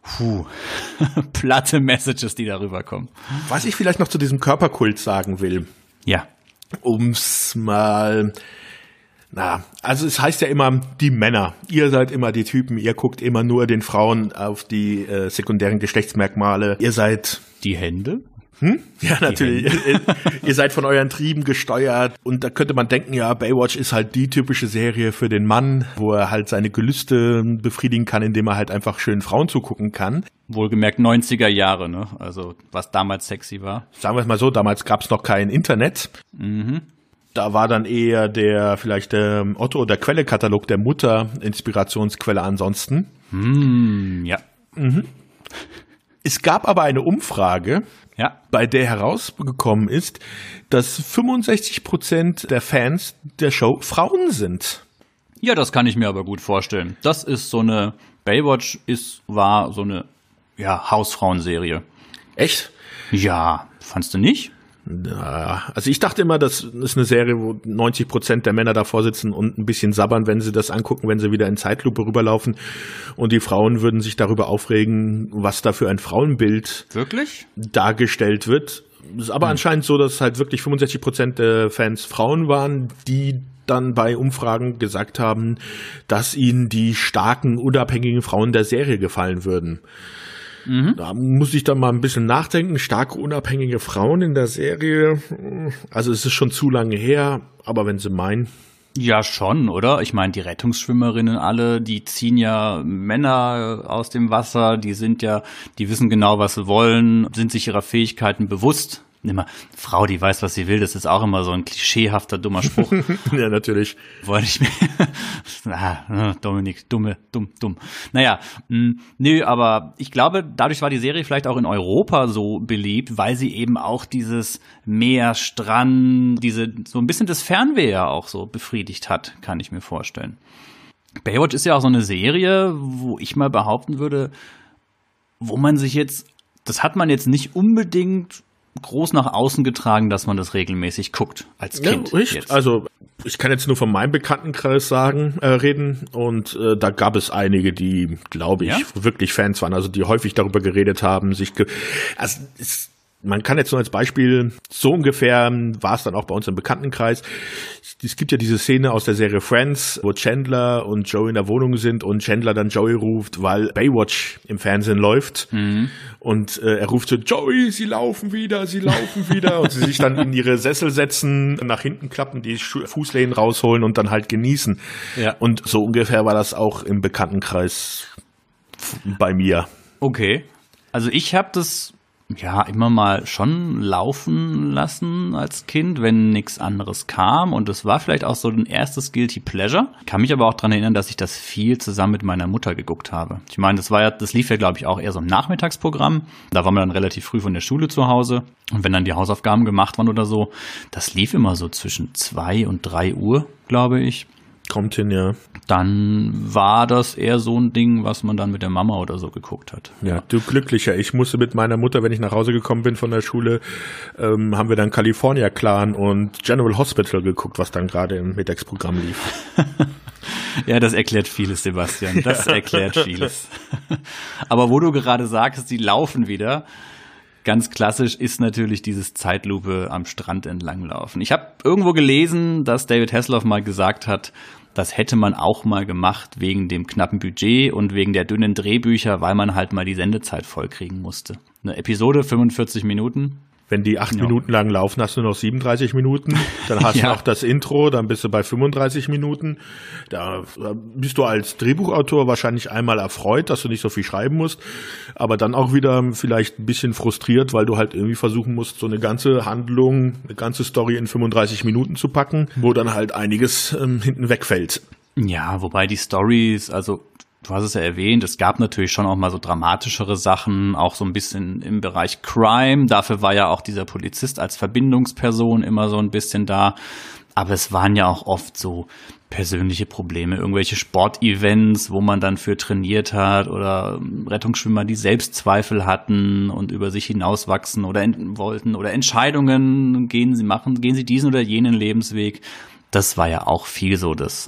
platte Messages, die darüber kommen. Was ich vielleicht noch zu diesem Körperkult sagen will. Ja. Um's mal... also es heißt ja immer, die Männer, ihr seid immer die Typen, ihr guckt immer nur den Frauen auf die sekundären Geschlechtsmerkmale, ihr seid... Die Hände? Ja, natürlich. Ihr seid von euren Trieben gesteuert und da könnte man denken, ja, Baywatch ist halt die typische Serie für den Mann, wo er halt seine Gelüste befriedigen kann, indem er halt einfach schön Frauen zugucken kann. Wohlgemerkt 90er Jahre, ne? Also was damals sexy war. Sagen wir es mal so, damals gab es noch kein Internet. Da war dann eher vielleicht der Otto- oder Quelle-Katalog der Mutter Inspirationsquelle ansonsten. Ja. Es gab aber eine Umfrage, bei der herausgekommen ist, dass 65% der Fans der Show Frauen sind. Ja, das kann ich mir aber gut vorstellen. Das ist so eine, Baywatch war so eine, Hausfrauenserie. Echt? Ja, fandst du nicht? Ja, also ich dachte immer, das ist eine Serie, wo 90% der Männer davor sitzen und ein bisschen sabbern, wenn sie das angucken, wenn sie wieder in Zeitlupe rüberlaufen. Und die Frauen würden sich darüber aufregen, was da für ein Frauenbild wirklich dargestellt wird. Es ist aber anscheinend so, dass halt wirklich 65% der Fans Frauen waren, die dann bei Umfragen gesagt haben, dass ihnen die starken, unabhängigen Frauen der Serie gefallen würden. Da muss ich dann mal ein bisschen nachdenken. Starke, unabhängige Frauen in der Serie. Also es ist schon zu lange her, aber wenn sie meinen. Ja, schon, oder? Ich meine, die Rettungsschwimmerinnen alle, die ziehen ja Männer aus dem Wasser, die wissen genau, was sie wollen, sind sich ihrer Fähigkeiten bewusst. immer, Frau, die weiß, was sie will, das ist auch immer so ein klischeehafter, dummer Spruch. Ja, natürlich. Wollte ich mir. Dominik, dumm. Naja, nö, aber ich glaube, dadurch war die Serie vielleicht auch in Europa so beliebt, weil sie eben auch dieses Meer, Strand, so ein bisschen das Fernweh ja auch so befriedigt hat, kann ich mir vorstellen. Baywatch ist ja auch so eine Serie, wo ich mal behaupten würde, wo man sich jetzt, das hat man jetzt nicht unbedingt groß nach außen getragen, dass man das regelmäßig guckt als Kind. Ja, richtig. Also ich kann jetzt nur von meinem Bekanntenkreis reden und da gab es einige, die, glaube ich, wirklich Fans waren, also die häufig darüber geredet haben, man kann jetzt nur als Beispiel, so ungefähr war es dann auch bei uns im Bekanntenkreis. Es gibt ja diese Szene aus der Serie Friends, wo Chandler und Joey in der Wohnung sind und Chandler dann Joey ruft, weil Baywatch im Fernsehen läuft. Mhm. Und er ruft so, Joey, sie laufen wieder. Und sie sich dann in ihre Sessel setzen, nach hinten klappen, die Fußlehnen rausholen und dann halt genießen. Ja. Und so ungefähr war das auch im Bekanntenkreis bei mir. Okay. Also ich habe das immer mal schon laufen lassen als Kind, wenn nichts anderes kam. Und das war vielleicht auch so ein erstes Guilty Pleasure. Ich kann mich aber auch daran erinnern, dass ich das viel zusammen mit meiner Mutter geguckt habe. Ich meine, das lief ja, glaube ich, auch eher so im Nachmittagsprogramm. Da waren wir dann relativ früh von der Schule zu Hause. Und wenn dann die Hausaufgaben gemacht waren oder so, das lief immer so zwischen 2 und 3 Uhr, glaube ich. Kommt hin, ja. Dann war das eher so ein Ding, was man dann mit der Mama oder so geguckt hat. Ja, du Glücklicher. Ich musste mit meiner Mutter, wenn ich nach Hause gekommen bin von der Schule, haben wir dann California Clan und General Hospital geguckt, was dann gerade im Mittagsprogramm lief. Ja, das erklärt vieles, Sebastian. Das erklärt vieles. Aber wo du gerade sagst, die laufen wieder, ganz klassisch ist natürlich dieses Zeitlupe am Strand entlanglaufen. Ich habe irgendwo gelesen, dass David Hasselhoff mal gesagt hat, das hätte man auch mal gemacht wegen dem knappen Budget und wegen der dünnen Drehbücher, weil man halt mal die Sendezeit vollkriegen musste. Eine Episode, 45 Minuten. Wenn die 8 Minuten lang laufen, hast du noch 37 Minuten. Dann hast du noch das Intro, dann bist du bei 35 Minuten. Da bist du als Drehbuchautor wahrscheinlich einmal erfreut, dass du nicht so viel schreiben musst. Aber dann auch wieder vielleicht ein bisschen frustriert, weil du halt irgendwie versuchen musst, so eine ganze Handlung, eine ganze Story in 35 Minuten zu packen, wo dann halt einiges hinten wegfällt. Ja, wobei die Storys, also du hast es ja erwähnt, es gab natürlich schon auch mal so dramatischere Sachen, auch so ein bisschen im Bereich Crime. Dafür war ja auch dieser Polizist als Verbindungsperson immer so ein bisschen da. Aber es waren ja auch oft so persönliche Probleme, irgendwelche Sportevents, wo man dann für trainiert hat oder Rettungsschwimmer, die Selbstzweifel hatten und über sich hinauswachsen oder wollten oder Entscheidungen, gehen sie diesen oder jenen Lebensweg. Das war ja auch viel so das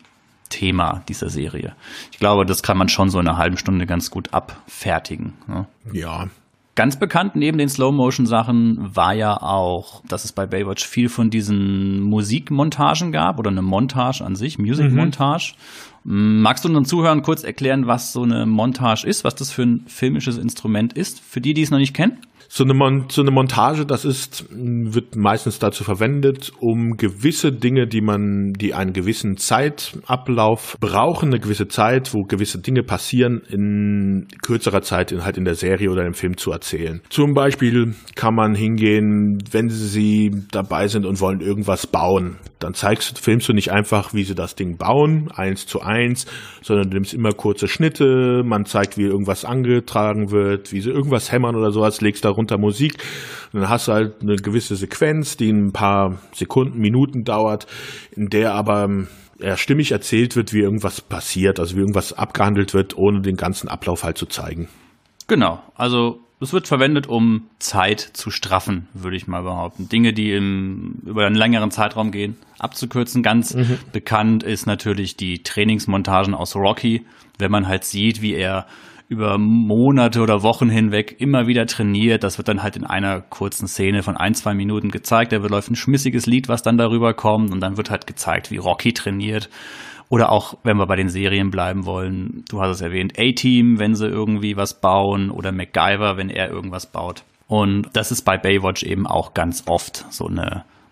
Thema dieser Serie. Ich glaube, das kann man schon so in einer halben Stunde ganz gut abfertigen. Ne? Ja. Ganz bekannt neben den Slow-Motion-Sachen war ja auch, dass es bei Baywatch viel von diesen Musikmontagen gab oder eine Montage an sich, Music-Montage. Magst du unseren Zuhörern kurz erklären, was so eine Montage ist, was das für ein filmisches Instrument ist, für die es noch nicht kennen? So eine Montage, wird meistens dazu verwendet, um gewisse Dinge, die einen gewissen Zeitablauf brauchen, eine gewisse Zeit, wo gewisse Dinge passieren, in kürzerer Zeit halt in der Serie oder im Film zu erzählen. Zum Beispiel kann man hingehen, wenn sie dabei sind und wollen irgendwas bauen. Dann filmst du nicht einfach, wie sie das Ding bauen, 1:1, sondern du nimmst immer kurze Schnitte, man zeigt, wie irgendwas angetragen wird, wie sie irgendwas hämmern oder sowas, legst darunter Musik. Und dann hast du halt eine gewisse Sequenz, die ein paar Sekunden, Minuten dauert, in der aber stimmig erzählt wird, wie irgendwas passiert, also wie irgendwas abgehandelt wird, ohne den ganzen Ablauf halt zu zeigen. Genau, also es wird verwendet, um Zeit zu straffen, würde ich mal behaupten. Dinge, die über einen längeren Zeitraum gehen, abzukürzen. Ganz bekannt ist natürlich die Trainingsmontagen aus Rocky, wenn man halt sieht, wie er über Monate oder Wochen hinweg immer wieder trainiert. Das wird dann halt in einer kurzen Szene von 1-2 Minuten gezeigt. Da läuft ein schmissiges Lied, was dann darüber kommt, und dann wird halt gezeigt, wie Rocky trainiert. Oder auch, wenn wir bei den Serien bleiben wollen, du hast es erwähnt, A-Team, wenn sie irgendwie was bauen, oder MacGyver, wenn er irgendwas baut. Und das ist bei Baywatch eben auch ganz oft so eine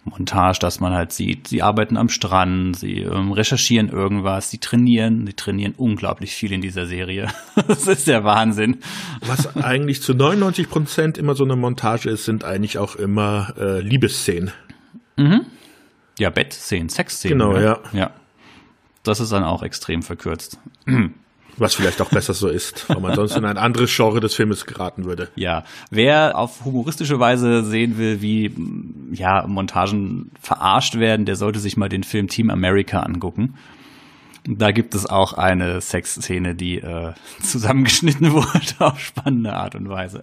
Montage, dass man halt sieht, sie arbeiten am Strand, sie recherchieren irgendwas, sie trainieren unglaublich viel in dieser Serie. Das ist der Wahnsinn. Was eigentlich zu 99% immer so eine Montage ist, sind eigentlich auch immer Liebesszenen. Mhm. Ja, Bettszenen, Sexszenen. Genau, ne? Ja. Das ist dann auch extrem verkürzt. Was vielleicht auch besser so ist, weil man sonst in ein anderes Genre des Filmes geraten würde. Ja, wer auf humoristische Weise sehen will, wie Montagen verarscht werden, der sollte sich mal den Film Team America angucken. Da gibt es auch eine Sexszene, die zusammengeschnitten wurde auf spannende Art und Weise.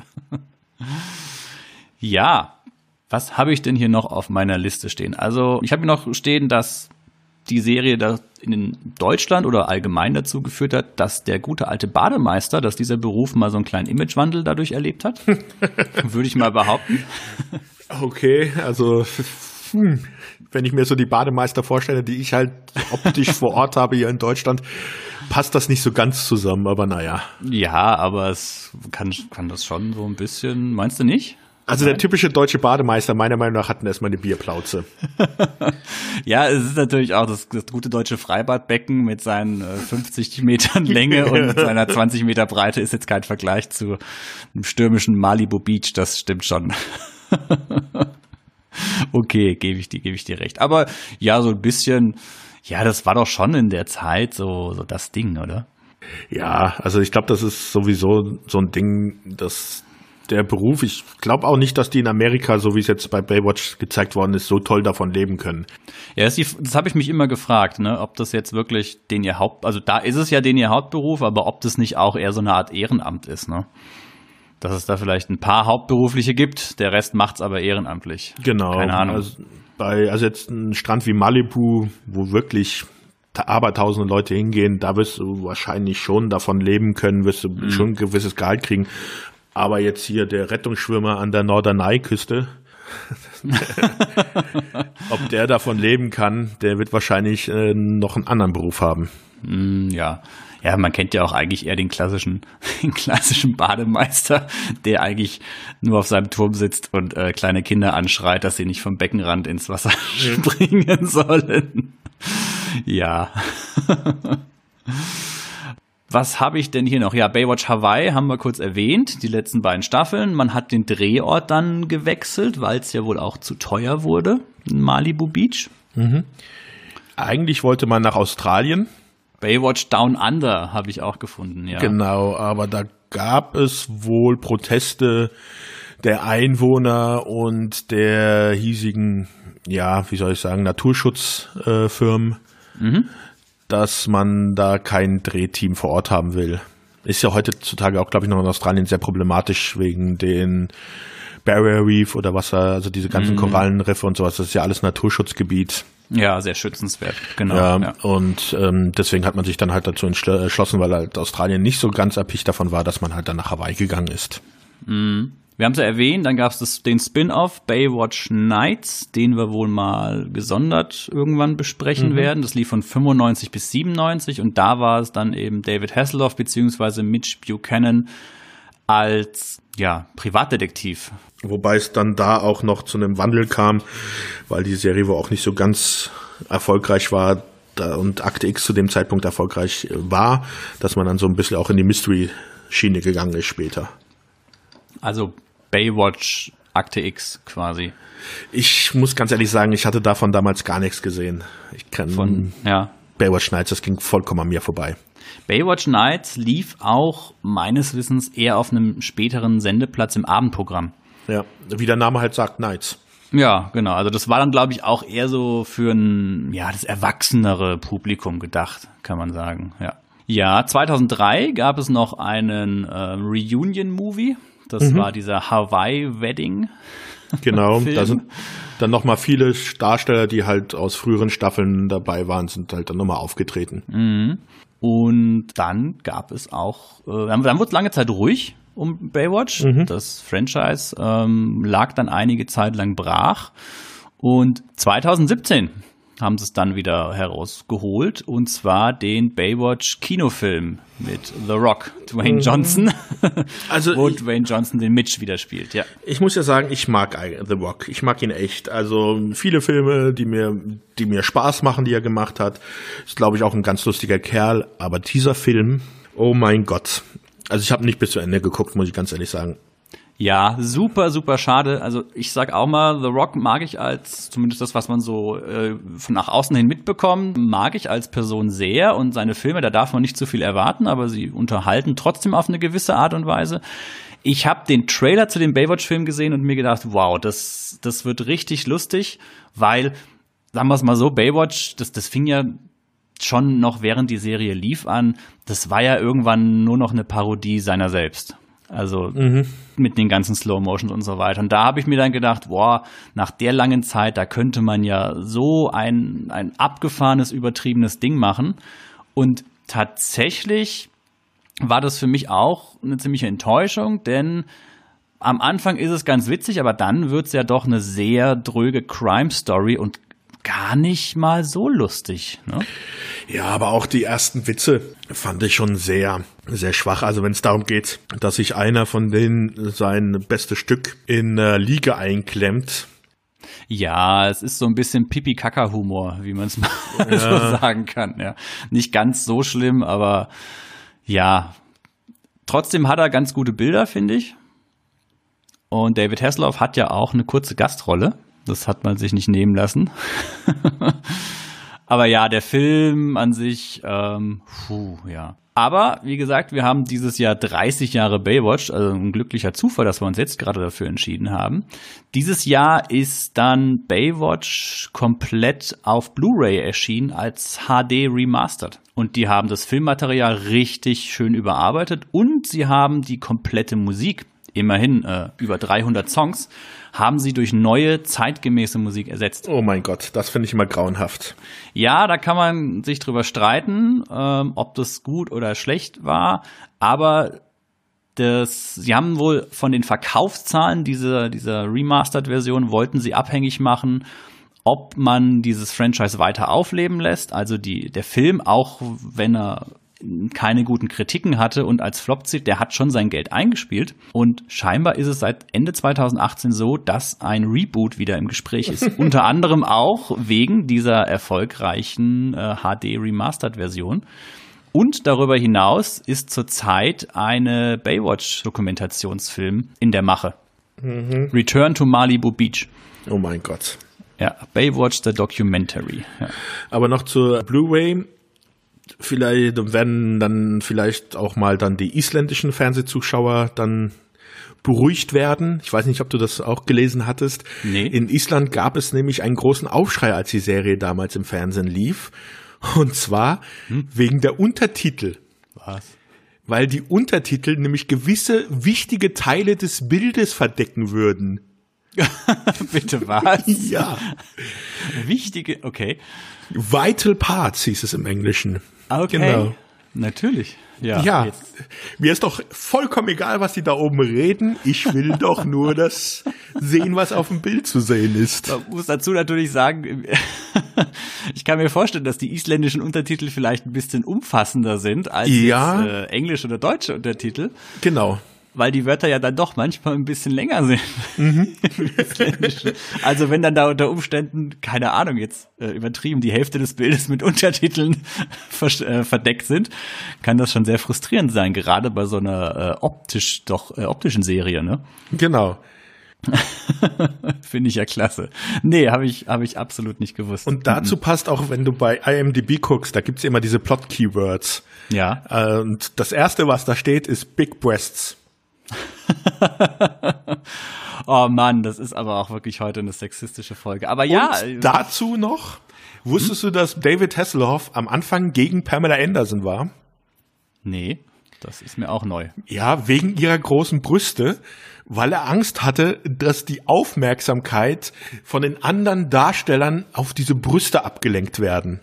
Ja, was habe ich denn hier noch auf meiner Liste stehen? Also ich habe hier noch stehen, dass die Serie da in Deutschland oder allgemein dazu geführt hat, dass der gute alte Bademeister, dass dieser Beruf mal so einen kleinen Imagewandel dadurch erlebt hat. Würde ich mal behaupten. Okay, also wenn ich mir so die Bademeister vorstelle, die ich halt optisch vor Ort habe hier in Deutschland, passt das nicht so ganz zusammen, aber naja. Ja, aber es kann das schon so ein bisschen, meinst du nicht? Also der typische deutsche Bademeister, meiner Meinung nach, hatten erstmal eine Bierplauze. Ja, es ist natürlich auch das gute deutsche Freibadbecken mit seinen 50 Metern Länge und seiner 20 Meter Breite ist jetzt kein Vergleich zu dem stürmischen Malibu Beach, das stimmt schon. Okay, gebe ich dir recht. Aber ja, so ein bisschen, ja, das war doch schon in der Zeit so das Ding, oder? Ja, also ich glaube, das ist sowieso so ein Ding, dass der Beruf, ich glaube auch nicht, dass die in Amerika, so wie es jetzt bei Baywatch gezeigt worden ist, so toll davon leben können. Ja, das habe ich mich immer gefragt, ne, ob das jetzt wirklich also da ist es ja ihr Hauptberuf, aber ob das nicht auch eher so eine Art Ehrenamt ist, ne? Dass es da vielleicht ein paar Hauptberufliche gibt, der Rest macht's aber ehrenamtlich. Genau. Keine Ahnung. Also jetzt ein Strand wie Malibu, wo wirklich abertausende Leute hingehen, da wirst du wahrscheinlich schon davon leben können, wirst du schon ein gewisses Gehalt kriegen. Aber jetzt hier der Rettungsschwimmer an der Norderney-Küste, ob der davon leben kann, der wird wahrscheinlich noch einen anderen Beruf haben. Ja. Ja, man kennt ja auch eigentlich eher den klassischen Bademeister, der eigentlich nur auf seinem Turm sitzt und kleine Kinder anschreit, dass sie nicht vom Beckenrand ins Wasser springen sollen. Ja. Was habe ich denn hier noch? Ja, Baywatch Hawaii haben wir kurz erwähnt, die letzten beiden Staffeln. Man hat den Drehort dann gewechselt, weil es ja wohl auch zu teuer wurde in Malibu Beach. Mhm. Eigentlich wollte man nach Australien. Baywatch Down Under habe ich auch gefunden, ja. Genau, aber da gab es wohl Proteste der Einwohner und der hiesigen, ja, wie soll ich sagen, Naturschutzfirmen, dass man da kein Drehteam vor Ort haben will. Ist ja heutzutage auch, glaube ich, noch in Australien sehr problematisch wegen den Barrier Reef oder was, also diese ganzen Korallenriffe und sowas. Das ist ja alles Naturschutzgebiet. Ja, sehr schützenswert, genau. Ja. Und deswegen hat man sich dann halt dazu entschlossen, weil halt Australien nicht so ganz erpicht davon war, dass man halt dann nach Hawaii gegangen ist. Wir haben es ja erwähnt, dann gab es den Spin-off Baywatch Nights, den wir wohl mal gesondert irgendwann besprechen werden. Das lief von 95 bis 97 und da war es dann eben David Hasselhoff beziehungsweise Mitch Buchanan als Privatdetektiv. Wobei es dann da auch noch zu einem Wandel kam, weil die Serie wohl auch nicht so ganz erfolgreich war und Akte X zu dem Zeitpunkt erfolgreich war, dass man dann so ein bisschen auch in die Mystery-Schiene gegangen ist später. Also Baywatch Akte X quasi. Ich muss ganz ehrlich sagen, ich hatte davon damals gar nichts gesehen. Baywatch Nights, das ging vollkommen an mir vorbei. Baywatch Nights lief auch meines Wissens eher auf einem späteren Sendeplatz im Abendprogramm. Ja, wie der Name halt sagt, Nights. Ja, genau. Also das war dann, glaube ich, auch eher so für das erwachsenere Publikum gedacht, kann man sagen. Ja, 2003 gab es noch einen Reunion-Movie. Das war dieser Hawaii-Wedding. Genau, da sind dann nochmal viele Darsteller, die halt aus früheren Staffeln dabei waren, sind halt dann nochmal aufgetreten. Und dann gab es auch, dann wurde es lange Zeit ruhig um Baywatch. Das Franchise lag dann einige Zeit lang brach. Und 2017 haben sie es dann wieder herausgeholt, und zwar den Baywatch-Kinofilm mit The Rock, Dwayne Johnson, Also wo Dwayne Johnson den Mitch wieder spielt, ja. ich muss ja sagen, ich mag The Rock. Ich mag ihn echt. Also viele Filme, die mir Spaß machen, die er gemacht hat. Ist, glaube ich, auch ein ganz lustiger Kerl. Aber dieser Film, oh mein Gott. Also ich habe nicht bis zu Ende geguckt, muss ich ganz ehrlich sagen. Ja, super, super schade. Also ich sag auch mal, The Rock mag ich als, zumindest das, was man so von nach außen hin mitbekommt, mag ich als Person sehr, und seine Filme, da darf man nicht zu viel erwarten, aber sie unterhalten trotzdem auf eine gewisse Art und Weise. Ich habe den Trailer zu dem Baywatch-Film gesehen und mir gedacht, wow, das wird richtig lustig, weil, sagen wir es mal so, Baywatch, das fing ja schon noch während die Serie lief an, das war ja irgendwann nur noch eine Parodie seiner selbst. Also mit den ganzen Slow Motions und so weiter. Und da habe ich mir dann gedacht, boah, nach der langen Zeit, da könnte man ja so ein abgefahrenes, übertriebenes Ding machen. Und tatsächlich war das für mich auch eine ziemliche Enttäuschung, denn am Anfang ist es ganz witzig, aber dann wird es ja doch eine sehr dröge Crime-Story und gar nicht mal so lustig, ne? Ja, aber auch die ersten Witze fand ich schon sehr, sehr schwach. Also wenn es darum geht, dass sich einer von denen sein bestes Stück in Liege einklemmt. Ja, es ist so ein bisschen Pipi-Kaka-Humor, wie man es mal so sagen kann. Ja, nicht ganz so schlimm, aber ja, trotzdem hat er ganz gute Bilder, finde ich. Und David Hasselhoff hat ja auch eine kurze Gastrolle. Das hat man sich nicht nehmen lassen. Aber ja, der Film an sich, ja. Aber, wie gesagt, wir haben dieses Jahr 30 Jahre Baywatch, also ein glücklicher Zufall, dass wir uns jetzt gerade dafür entschieden haben. Dieses Jahr ist dann Baywatch komplett auf Blu-ray erschienen als HD Remastered. Und die haben das Filmmaterial richtig schön überarbeitet und sie haben die komplette Musik, immerhin über 300 Songs, haben sie durch neue, zeitgemäße Musik ersetzt. Oh mein Gott, das finde ich immer grauenhaft. Ja, da kann man sich drüber streiten, ob das gut oder schlecht war, aber sie haben wohl von den Verkaufszahlen dieser Remastered-Version, wollten sie abhängig machen, ob man dieses Franchise weiter aufleben lässt, also der Film, auch wenn er keine guten Kritiken hatte und als Flop zählt, der hat schon sein Geld eingespielt. Und scheinbar ist es seit Ende 2018 so, dass ein Reboot wieder im Gespräch ist. Unter anderem auch wegen dieser erfolgreichen HD-Remastered-Version. Und darüber hinaus ist zurzeit eine Baywatch-Dokumentationsfilm in der Mache. Return to Malibu Beach. Oh mein Gott. Ja, Baywatch the Documentary. Ja. Aber noch zur Blu-ray. Vielleicht werden dann vielleicht auch mal dann die isländischen Fernsehzuschauer dann beruhigt werden. Ich weiß nicht, ob du das auch gelesen hattest. Nee. In Island gab es nämlich einen großen Aufschrei, als die Serie damals im Fernsehen lief. Und zwar wegen der Untertitel. Was? Weil die Untertitel nämlich gewisse wichtige Teile des Bildes verdecken würden. Bitte was? Ja. Wichtige, okay. Vital Parts hieß es im Englischen. Okay, Genau. Natürlich. Ja, Ja, jetzt. mir ist doch vollkommen egal, was die da oben reden. Ich will doch nur das sehen, was auf dem Bild zu sehen ist. Man muss dazu natürlich sagen, ich kann mir vorstellen, dass die isländischen Untertitel vielleicht ein bisschen umfassender sind als Ja. jetzt, englische oder deutsche Untertitel. Genau. Weil die Wörter ja dann doch manchmal ein bisschen länger sind. Also wenn dann da unter Umständen, keine Ahnung, jetzt übertrieben, die Hälfte des Bildes mit Untertiteln verdeckt sind, kann das schon sehr frustrierend sein, gerade bei so einer optischen Serie, ne? Genau. Finde ich ja klasse. Nee, habe ich absolut nicht gewusst. Und dazu passt auch, wenn du bei IMDb guckst, da gibt's immer diese Plot-Keywords. Ja. Und das erste, was da steht, ist Big Breasts. Oh Mann, das ist aber auch wirklich heute eine sexistische Folge. Aber ja. Und dazu noch, wusstest du, dass David Hasselhoff am Anfang gegen Pamela Anderson war? Nee, das ist mir auch neu. Ja, wegen ihrer großen Brüste, weil er Angst hatte, dass die Aufmerksamkeit von den anderen Darstellern auf diese Brüste abgelenkt werden.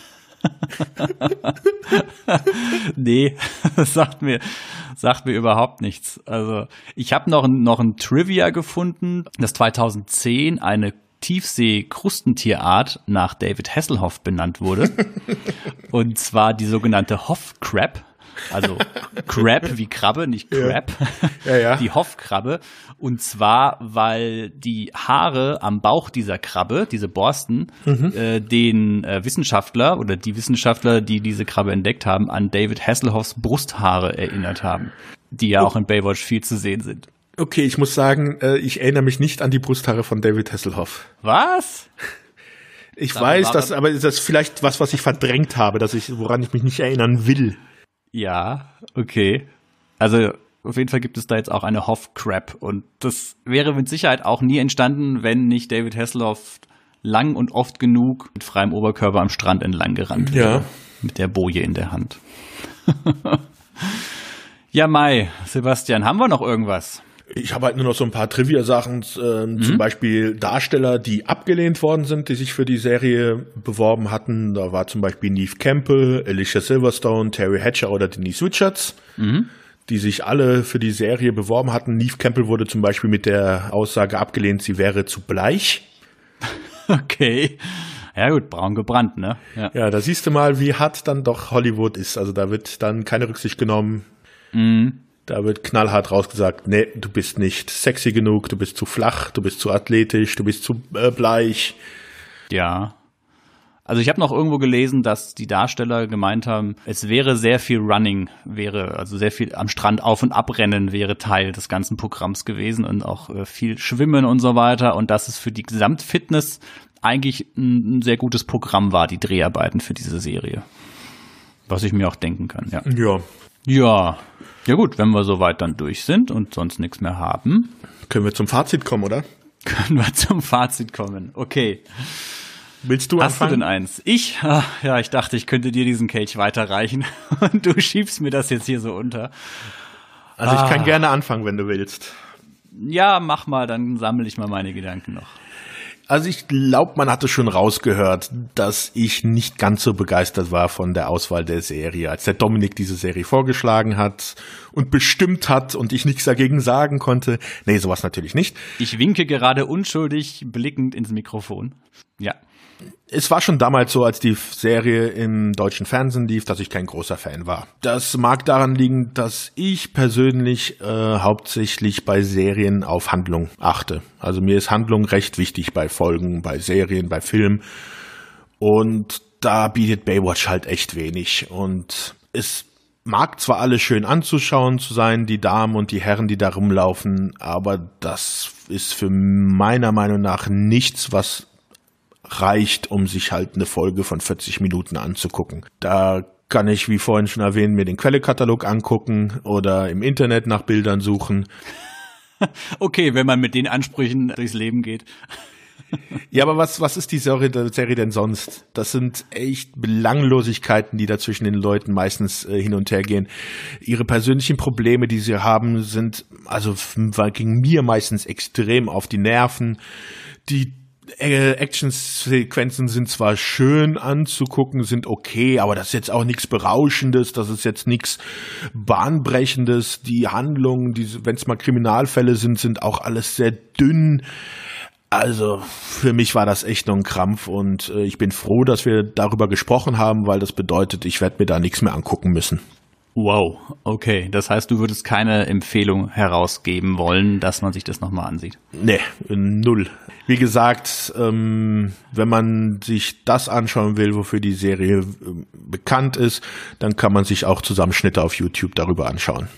Nee, das sagt mir überhaupt nichts. Also ich habe noch ein Trivia gefunden, dass 2010 eine Tiefsee-Krustentierart nach David Hasselhoff benannt wurde. Und zwar die sogenannte Hoff-Crab. Also Crab wie Krabbe, nicht Crab. Ja. Die Hoff-Krabbe. Und zwar, weil die Haare am Bauch dieser Krabbe, diese Borsten, den Wissenschaftler oder die Wissenschaftler, die diese Krabbe entdeckt haben, an David Hasselhoffs Brusthaare erinnert haben, die ja auch in Baywatch viel zu sehen sind. Okay, ich muss sagen, ich erinnere mich nicht an die Brusthaare von David Hasselhoff. Was? Ich weiß, aber ist das vielleicht was ich verdrängt habe, woran ich mich nicht erinnern will. Ja, okay. Also auf jeden Fall gibt es da jetzt auch eine Hoff-Crab und das wäre mit Sicherheit auch nie entstanden, wenn nicht David Hasselhoff lang und oft genug mit freiem Oberkörper am Strand entlang gerannt wäre. Ja. Mit der Boje in der Hand. Ja, Mai, Sebastian, haben wir noch irgendwas? Ich habe halt nur noch so ein paar Trivia-Sachen, zum Beispiel Darsteller, die abgelehnt worden sind, die sich für die Serie beworben hatten. Da war zum Beispiel Neve Campbell, Alicia Silverstone, Terry Hatcher oder Denise Richards, die sich alle für die Serie beworben hatten. Neve Campbell wurde zum Beispiel mit der Aussage abgelehnt, sie wäre zu bleich. Okay. Ja gut, braun gebrannt, ne? Ja, da siehst du mal, wie hart dann doch Hollywood ist. Also da wird dann keine Rücksicht genommen. Da wird knallhart rausgesagt, nee, du bist nicht sexy genug, du bist zu flach, du bist zu athletisch, du bist zu bleich. Ja. Also ich habe noch irgendwo gelesen, dass die Darsteller gemeint haben, es wäre sehr viel Running, also sehr viel am Strand auf- und abrennen wäre Teil des ganzen Programms gewesen und auch viel Schwimmen und so weiter und dass es für die Gesamtfitness eigentlich ein sehr gutes Programm war, die Dreharbeiten für diese Serie. Was ich mir auch denken kann, ja. Ja gut, wenn wir soweit dann durch sind und sonst nichts mehr haben. Können wir zum Fazit kommen, oder? Können wir zum Fazit kommen, okay. Willst du anfangen? Hast du denn eins? Ich dachte, ich könnte dir diesen Kelch weiterreichen und du schiebst mir das jetzt hier so unter. Also ich kann gerne anfangen, wenn du willst. Ja, mach mal, dann sammle ich mal meine Gedanken noch. Also ich glaube, man hatte schon rausgehört, dass ich nicht ganz so begeistert war von der Auswahl der Serie. Als der Dominik diese Serie vorgeschlagen hat und bestimmt hat und ich nichts dagegen sagen konnte. Nee, sowas natürlich nicht. Ich winke gerade unschuldig blickend ins Mikrofon. Ja. Es war schon damals so, als die Serie im deutschen Fernsehen lief, dass ich kein großer Fan war. Das mag daran liegen, dass ich persönlich hauptsächlich bei Serien auf Handlung achte. Also mir ist Handlung recht wichtig bei Folgen, bei Serien, bei Filmen. Und da bietet Baywatch halt echt wenig. Und es mag zwar alles schön anzuschauen zu sein, die Damen und die Herren, die da rumlaufen, aber das ist für meiner Meinung nach nichts, was reicht, um sich halt eine Folge von 40 Minuten anzugucken. Da kann ich, wie vorhin schon erwähnt, mir den Quellekatalog angucken oder im Internet nach Bildern suchen. Okay, wenn man mit den Ansprüchen durchs Leben geht. Ja, aber was ist die Serie denn sonst? Das sind echt Belanglosigkeiten, die da zwischen den Leuten meistens hin und her gehen. Ihre persönlichen Probleme, die sie haben, gingen mir meistens extrem auf die Nerven. Die Actionsequenzen sind zwar schön anzugucken, sind okay, aber das ist jetzt auch nichts Berauschendes, das ist jetzt nichts Bahnbrechendes. Die Handlungen, wenn es mal Kriminalfälle sind auch alles sehr dünn. Also für mich war das echt nur ein Krampf und ich bin froh, dass wir darüber gesprochen haben, weil das bedeutet, ich werde mir da nichts mehr angucken müssen. Wow, okay. Das heißt, du würdest keine Empfehlung herausgeben wollen, dass man sich das nochmal ansieht? Nee, null. Wie gesagt, wenn man sich das anschauen will, wofür die Serie bekannt ist, dann kann man sich auch Zusammenschnitte auf YouTube darüber anschauen.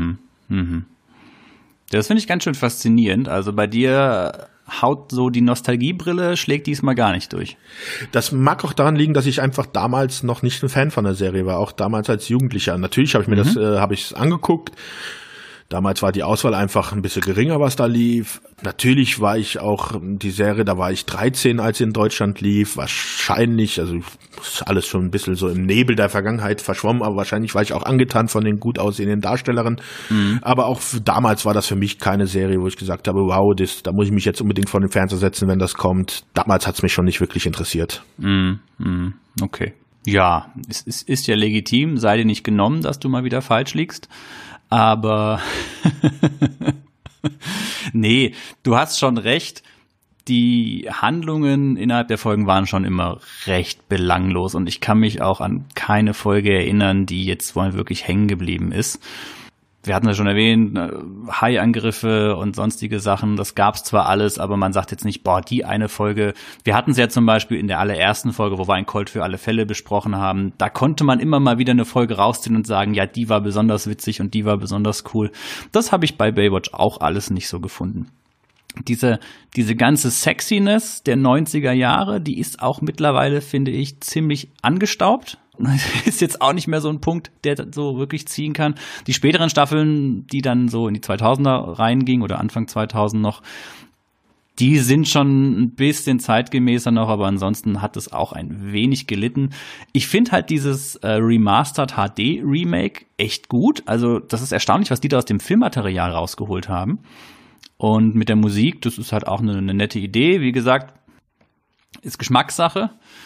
Das finde ich ganz schön faszinierend. Also bei dir haut so die Nostalgiebrille, schlägt diesmal gar nicht durch. Das mag auch daran liegen, dass ich einfach damals noch nicht ein Fan von der Serie war, auch damals als Jugendlicher. Natürlich habe ich mir habe ich es angeguckt. Damals war die Auswahl einfach ein bisschen geringer, was da lief. Natürlich war ich auch die Serie, da war ich 13, als sie in Deutschland lief. Wahrscheinlich, also ist alles schon ein bisschen so im Nebel der Vergangenheit verschwommen, aber wahrscheinlich war ich auch angetan von den gut aussehenden Darstellerinnen. Aber auch damals war das für mich keine Serie, wo ich gesagt habe, wow, da muss ich mich jetzt unbedingt vor den Fernseher setzen, wenn das kommt. Damals hat es mich schon nicht wirklich interessiert. Okay. Ja, es ist ja legitim, sei dir nicht genommen, dass du mal wieder falsch liegst. Aber nee, du hast schon recht. die Handlungen innerhalb der Folgen waren schon immer recht belanglos und ich kann mich auch an keine Folge erinnern, die jetzt wohl wirklich hängen geblieben ist. Wir hatten ja schon erwähnt, Haiangriffe und sonstige Sachen, das gab's zwar alles, aber man sagt jetzt nicht, boah, die eine Folge. Wir hatten es ja zum Beispiel in der allerersten Folge, wo wir ein Colt für alle Fälle besprochen haben, da konnte man immer mal wieder eine Folge rausziehen und sagen, ja, die war besonders witzig und die war besonders cool. Das habe ich bei Baywatch auch alles nicht so gefunden. Diese ganze Sexiness der 90er Jahre, die ist auch mittlerweile, finde ich, ziemlich angestaubt. Ist jetzt auch nicht mehr so ein Punkt, der so wirklich ziehen kann. Die späteren Staffeln, die dann so in die 2000er reingingen oder Anfang 2000 noch, die sind schon ein bisschen zeitgemäßer noch, aber ansonsten hat es auch ein wenig gelitten. Ich finde halt dieses Remastered HD Remake echt gut. Also das ist erstaunlich, was die da aus dem Filmmaterial rausgeholt haben. Und mit der Musik, das ist halt auch eine nette Idee. Wie gesagt, ist Geschmackssache.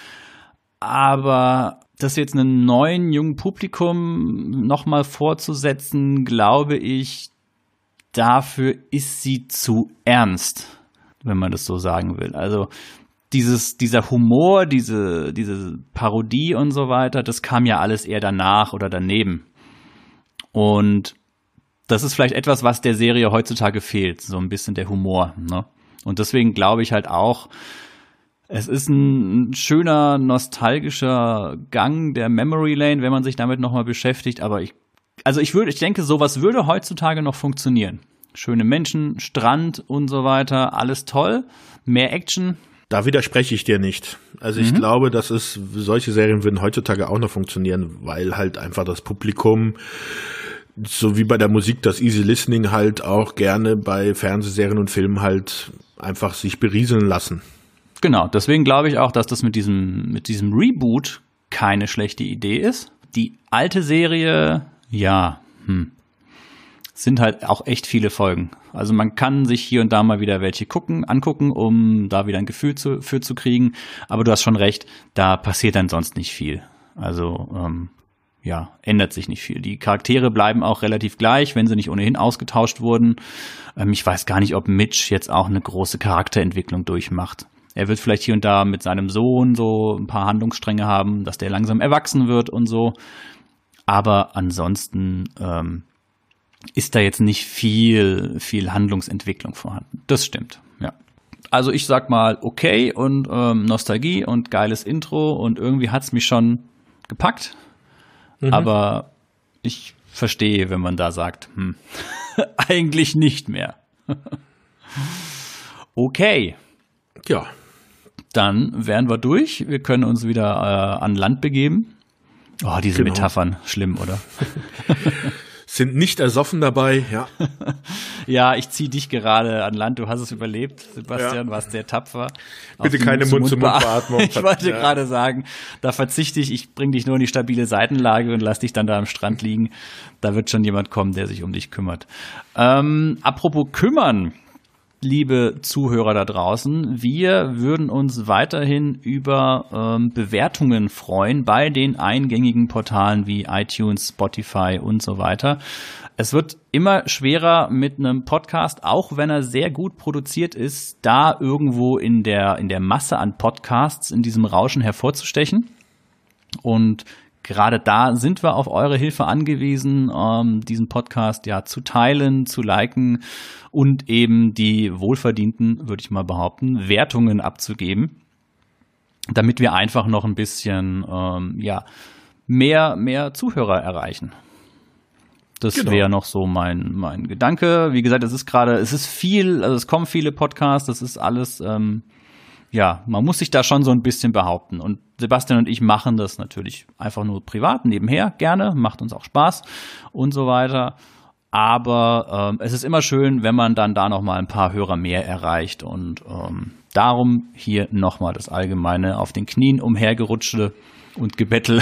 Aber das jetzt einem neuen, jungen Publikum nochmal vorzusetzen, glaube ich, dafür ist sie zu ernst, wenn man das so sagen will. Also dieser Humor, diese Parodie und so weiter, das kam ja alles eher danach oder daneben. Und das ist vielleicht etwas, was der Serie heutzutage fehlt, so ein bisschen der Humor, ne? Und deswegen glaube ich halt auch, es ist ein schöner, nostalgischer Gang der Memory Lane, wenn man sich damit nochmal beschäftigt. Aber ich denke, sowas würde heutzutage noch funktionieren. Schöne Menschen, Strand und so weiter, alles toll. Mehr Action. Da widerspreche ich dir nicht. Also ich glaube, solche Serien würden heutzutage auch noch funktionieren, weil halt einfach das Publikum, so wie bei der Musik, das Easy Listening halt auch gerne bei Fernsehserien und Filmen halt einfach sich berieseln lassen. Genau, deswegen glaube ich auch, dass das mit diesem Reboot keine schlechte Idee ist. Die alte Serie, sind halt auch echt viele Folgen. Also man kann sich hier und da mal wieder welche angucken, um da wieder ein Gefühl für zu kriegen. Aber du hast schon recht, da passiert dann sonst nicht viel. Also ändert sich nicht viel. Die Charaktere bleiben auch relativ gleich, wenn sie nicht ohnehin ausgetauscht wurden. Ich weiß gar nicht, ob Mitch jetzt auch eine große Charakterentwicklung durchmacht. Er wird vielleicht hier und da mit seinem Sohn so ein paar Handlungsstränge haben, dass der langsam erwachsen wird und so. Aber ansonsten ist da jetzt nicht viel Handlungsentwicklung vorhanden. Das stimmt, ja. Also ich sag mal okay und Nostalgie und geiles Intro und irgendwie hat's mich schon gepackt. Aber ich verstehe, wenn man da sagt, eigentlich nicht mehr. Okay. Ja. Dann wären wir durch. Wir können uns wieder an Land begeben. Oh, diese Metaphern. Schlimm, oder? Sind nicht ersoffen dabei, ja. Ja, ich ziehe dich gerade an Land. Du hast es überlebt, Sebastian, warst sehr tapfer. Bitte keine Mund-zu-Mund-Beatmung. Ich wollte gerade sagen, da verzichte ich. Ich bringe dich nur in die stabile Seitenlage und lass dich dann da am Strand liegen. Da wird schon jemand kommen, der sich um dich kümmert. Apropos kümmern. Liebe Zuhörer da draußen, wir würden uns weiterhin über Bewertungen freuen bei den eingängigen Portalen wie iTunes, Spotify und so weiter. Es wird immer schwerer mit einem Podcast, auch wenn er sehr gut produziert ist, da irgendwo in der Masse an Podcasts in diesem Rauschen hervorzustechen. Und gerade da sind wir auf eure Hilfe angewiesen, diesen Podcast ja zu teilen, zu liken und eben die wohlverdienten, würde ich mal behaupten, Wertungen abzugeben, damit wir einfach noch ein bisschen mehr Zuhörer erreichen. Das wäre noch so mein Gedanke. Wie gesagt, es kommen viele Podcasts, das ist alles man muss sich da schon so ein bisschen behaupten. Und Sebastian und ich machen das natürlich einfach nur privat, nebenher, gerne, macht uns auch Spaß und so weiter. Aber es ist immer schön, wenn man dann da nochmal ein paar Hörer mehr erreicht. Und darum hier nochmal das allgemeine auf den Knien umhergerutschte und Gebettel,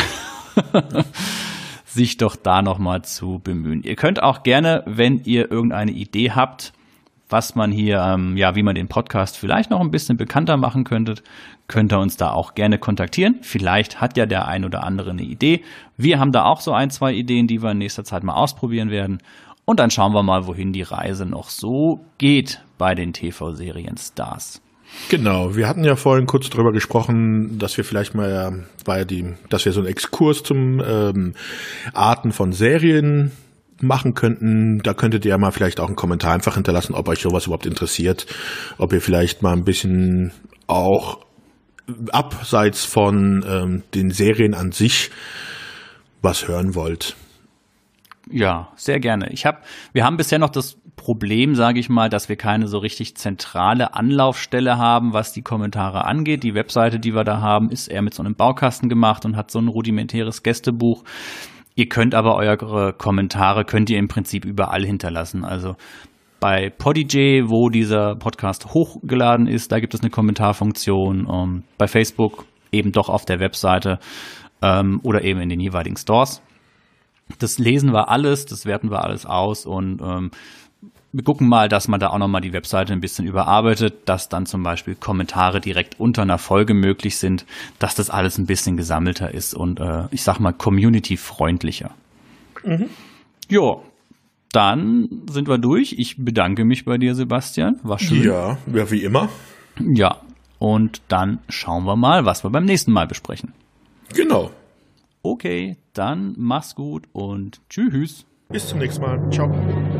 sich doch da nochmal zu bemühen. Ihr könnt auch gerne, wenn ihr irgendeine Idee habt, was man hier, wie man den Podcast vielleicht noch ein bisschen bekannter machen könnte, könnt ihr uns da auch gerne kontaktieren. Vielleicht hat ja der ein oder andere eine Idee. Wir haben da auch so 1-2 Ideen, die wir in nächster Zeit mal ausprobieren werden. Und dann schauen wir mal, wohin die Reise noch so geht bei den TV-Serien-Stars. Genau, wir hatten ja vorhin kurz darüber gesprochen, dass wir vielleicht mal dass wir so einen Exkurs zum Arten von Serien machen könnten. Da könntet ihr ja mal vielleicht auch einen Kommentar einfach hinterlassen, ob euch sowas überhaupt interessiert, ob ihr vielleicht mal ein bisschen auch abseits von den Serien an sich was hören wollt. Ja, sehr gerne. Wir haben bisher noch das Problem, sage ich mal, dass wir keine so richtig zentrale Anlaufstelle haben, was die Kommentare angeht. Die Webseite, die wir da haben, ist eher mit so einem Baukasten gemacht und hat so ein rudimentäres Gästebuch. Ihr könnt aber eure Kommentare im Prinzip überall hinterlassen. Also bei Podigy, wo dieser Podcast hochgeladen ist, da gibt es eine Kommentarfunktion. Bei Facebook eben doch auf der Webseite oder eben in den jeweiligen Stores. Das lesen wir alles, das werten wir alles aus und wir gucken mal, dass man da auch nochmal die Webseite ein bisschen überarbeitet, dass dann zum Beispiel Kommentare direkt unter einer Folge möglich sind, dass das alles ein bisschen gesammelter ist und ich sag mal community-freundlicher. Mhm. Jo, dann sind wir durch. Ich bedanke mich bei dir, Sebastian. War schön. Ja, wie immer. Ja, und dann schauen wir mal, was wir beim nächsten Mal besprechen. Genau. Okay, dann mach's gut und tschüss. Bis zum nächsten Mal. Ciao.